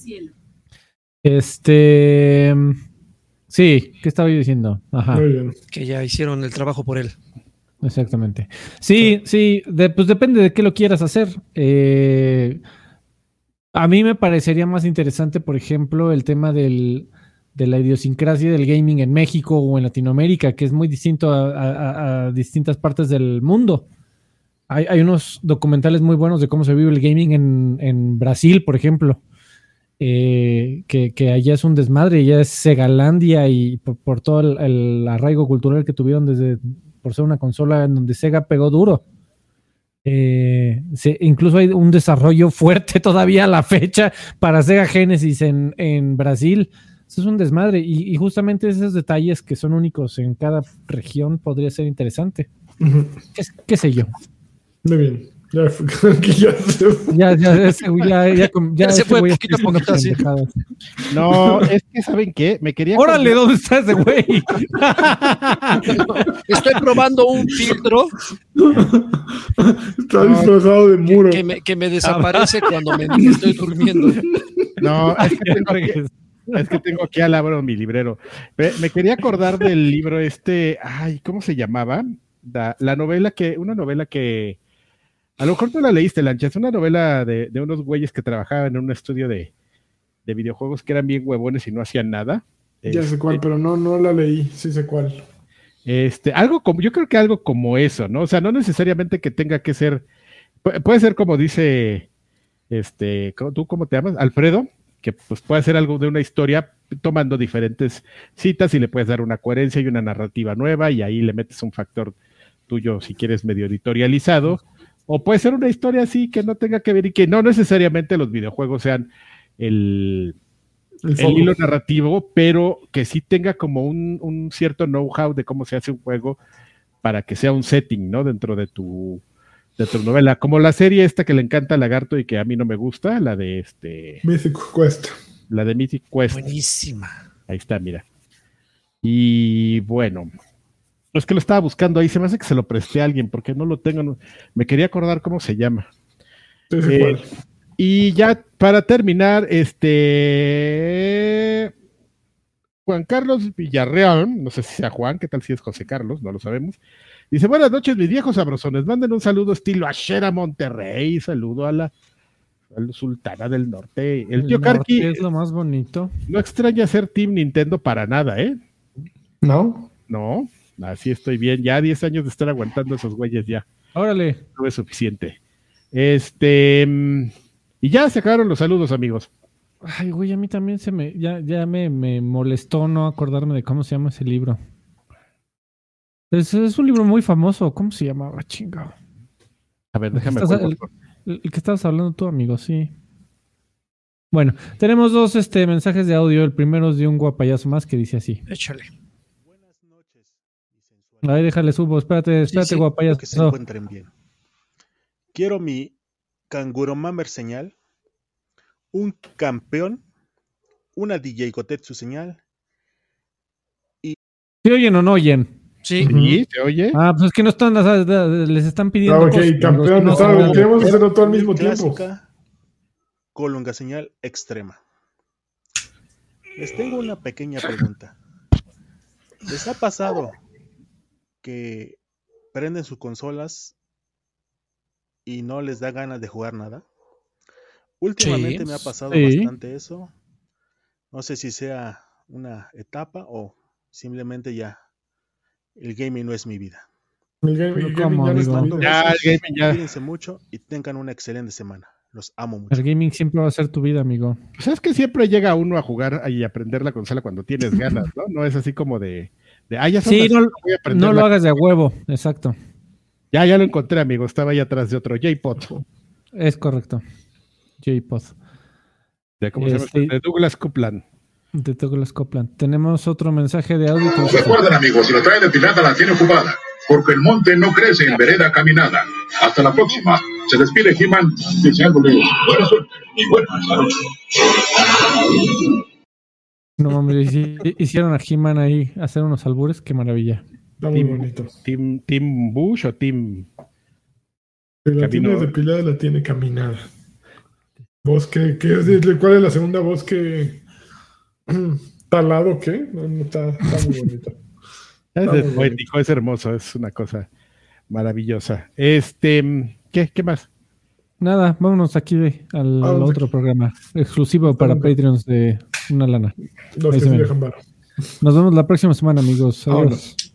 Este, sí, ¿qué estaba yo diciendo? Ajá. Muy bien. Que ya hicieron el trabajo por él. Exactamente. Sí, sí, de, pues depende de qué lo quieras hacer. Eh, a mí me parecería más interesante, por ejemplo, el tema del, de la idiosincrasia del gaming en México o en Latinoamérica, que es muy distinto a, a, a distintas partes del mundo. Hay, hay unos documentales muy buenos de cómo se vive el gaming en, en Brasil, por ejemplo. Eh, que, que allá es un desmadre, ya es Segalandia y por, por todo el, el arraigo cultural que tuvieron desde por ser una consola en donde Sega pegó duro. Eh, se, incluso hay un desarrollo fuerte todavía a la fecha para Sega Genesis en, en Brasil. Eso es un desmadre y, y justamente esos detalles que son únicos en cada región podría ser interesante. Ujú. ¿Qué, qué sé yo? Muy bien. Ya, que ya se... Ya, ya, ese, ya, ya, ya, Ya se ese fue güey poquito a está haciendo poquito, así. pendejadas. No, es que ¿saben qué? Me quería... ¡Órale! ¿Dónde está ese güey? Estoy probando un filtro Está disfrazado de muro. que me, que me desaparece cuando me estoy durmiendo. No, es que tengo aquí, es que tengo aquí al abro mi librero. Me, me quería acordar del libro este, ay, ¿cómo se llamaba? La, la novela que, una novela que, a lo mejor tú la leíste, Lancha, es una novela de, de unos güeyes que trabajaban en un estudio de, de videojuegos que eran bien huevones y no hacían nada. Ya Este, sé cuál, pero no, no la leí. Sí sé cuál. Este, algo como, yo creo que algo como eso, ¿no? O sea, no necesariamente que tenga que ser, pu- puede ser como dice, este, ¿cómo- ¿tú cómo te llamas? Alfredo, que pues puede ser algo de una historia tomando diferentes citas y le puedes dar una coherencia y una narrativa nueva y ahí le metes un factor tuyo, si quieres, medio editorializado, o puede ser una historia así que no tenga que ver y que no necesariamente los videojuegos sean el... El el foco. hilo narrativo, pero que sí tenga como un, un cierto know-how de cómo se hace un juego para que sea un setting, ¿no? Dentro de tu, de tu novela. Como la serie esta que le encanta a Lagarto y que a mí no me gusta, la de este, Mythic Quest. la de Mythic Quest. Buenísima. Ahí está, mira. Y bueno, es que lo estaba buscando ahí, se me hace que se lo presté a alguien porque no lo tengo, no- me quería acordar cómo se llama. Sí sé Eh, cuál. Y ya para terminar, este Juan Carlos Villarreal, no sé si sea Juan, qué tal si es José Carlos, no lo sabemos. Dice, buenas noches, mis viejos sabrosones, manden un saludo estilo Ashera Monterrey, saludo a la, a la Sultana del Norte. El tío norte Karki es lo más bonito. no extraña ser Team Nintendo para nada, ¿eh? ¿No? No, así estoy bien, ya diez años de estar aguantando a esos güeyes ya. Órale. No es suficiente. Este, mm, y ya se acabaron los saludos, amigos. Ay, güey, a mí también se me, ya, ya me, me molestó no acordarme de cómo se llama ese libro. Es, es un libro muy famoso. ¿Cómo se llamaba? Chingado. A ver, déjame Estás- acuerdo. el, el que estabas hablando tú, amigo, sí. Bueno, tenemos dos este, mensajes de audio. El primero es de un guapayazo más que dice así. Échale. Buenas noches, mi sensual. A ver, déjale subo. Espérate, Sí, espérate, sí, guapayazo. Que se encuentren bien. Quiero mi Canguro Mamer señal, un campeón, una D J Gotetsu señal. ¿Sí oyen o no oyen? Sí. Sí, ¿se oye? Ah, pues es que no están, o sea, les están pidiendo Ah, ok, cosas, campeón, los que no estaba- saben. queremos hacerlo todo al mismo tiempo. Clásica Colunga señal extrema. Les tengo una pequeña pregunta. ¿Les ha pasado que prenden sus consolas y no les da ganas de jugar nada? Últimamente Sí. me ha pasado Sí. bastante eso. No sé si sea una etapa o simplemente ya el gaming no es mi vida. El game- el Pero gaming ¿cómo, ya no es amigo? tu vida. Ya, el gaming ya. Cuídense mucho y tengan una excelente semana. Los amo mucho. El gaming siempre va a ser tu vida, amigo. Pues es que siempre llega uno a jugar y aprender la consola cuando tienes ganas, ¿no? No es así como de, de ah, ya son Sí, las no, cinco, voy a aprender no lo la- hagas de a huevo, exacto. Ya, ya lo encontré, amigo, estaba ahí atrás de otro J-Pod. Es correcto. J-Pod. De, ¿Cómo se llama? Este- De Douglas Coupland. De Douglas Copeland. Tenemos otro mensaje de audio. que dice así. Recuerden, amigos, si la trae de pirata la tiene ocupada, porque el monte no crece en vereda caminada. Hasta la próxima. Se despide He-Man deseándole buena suerte y buena salud. No mames, hicieron a He-Man ahí hacer unos albures, qué maravilla. Está muy Team, bonito. Team, team Bush o Team... La tiene depilada, la tiene caminada. ¿Vos qué, qué es? ¿Cuál es la segunda voz que... ¿Talado qué? No, no, está, está muy bonito. Es, Está es muy poético, es hermoso, es una cosa maravillosa. Este, ¿qué, qué más? Nada, vámonos aquí al Vámonos otro aquí. programa exclusivo para Vámonos. Patreons de Una Lana. Los Ahí que se sí ven. dejan varo. Nos vemos la próxima semana, amigos. Adiós. Vámonos.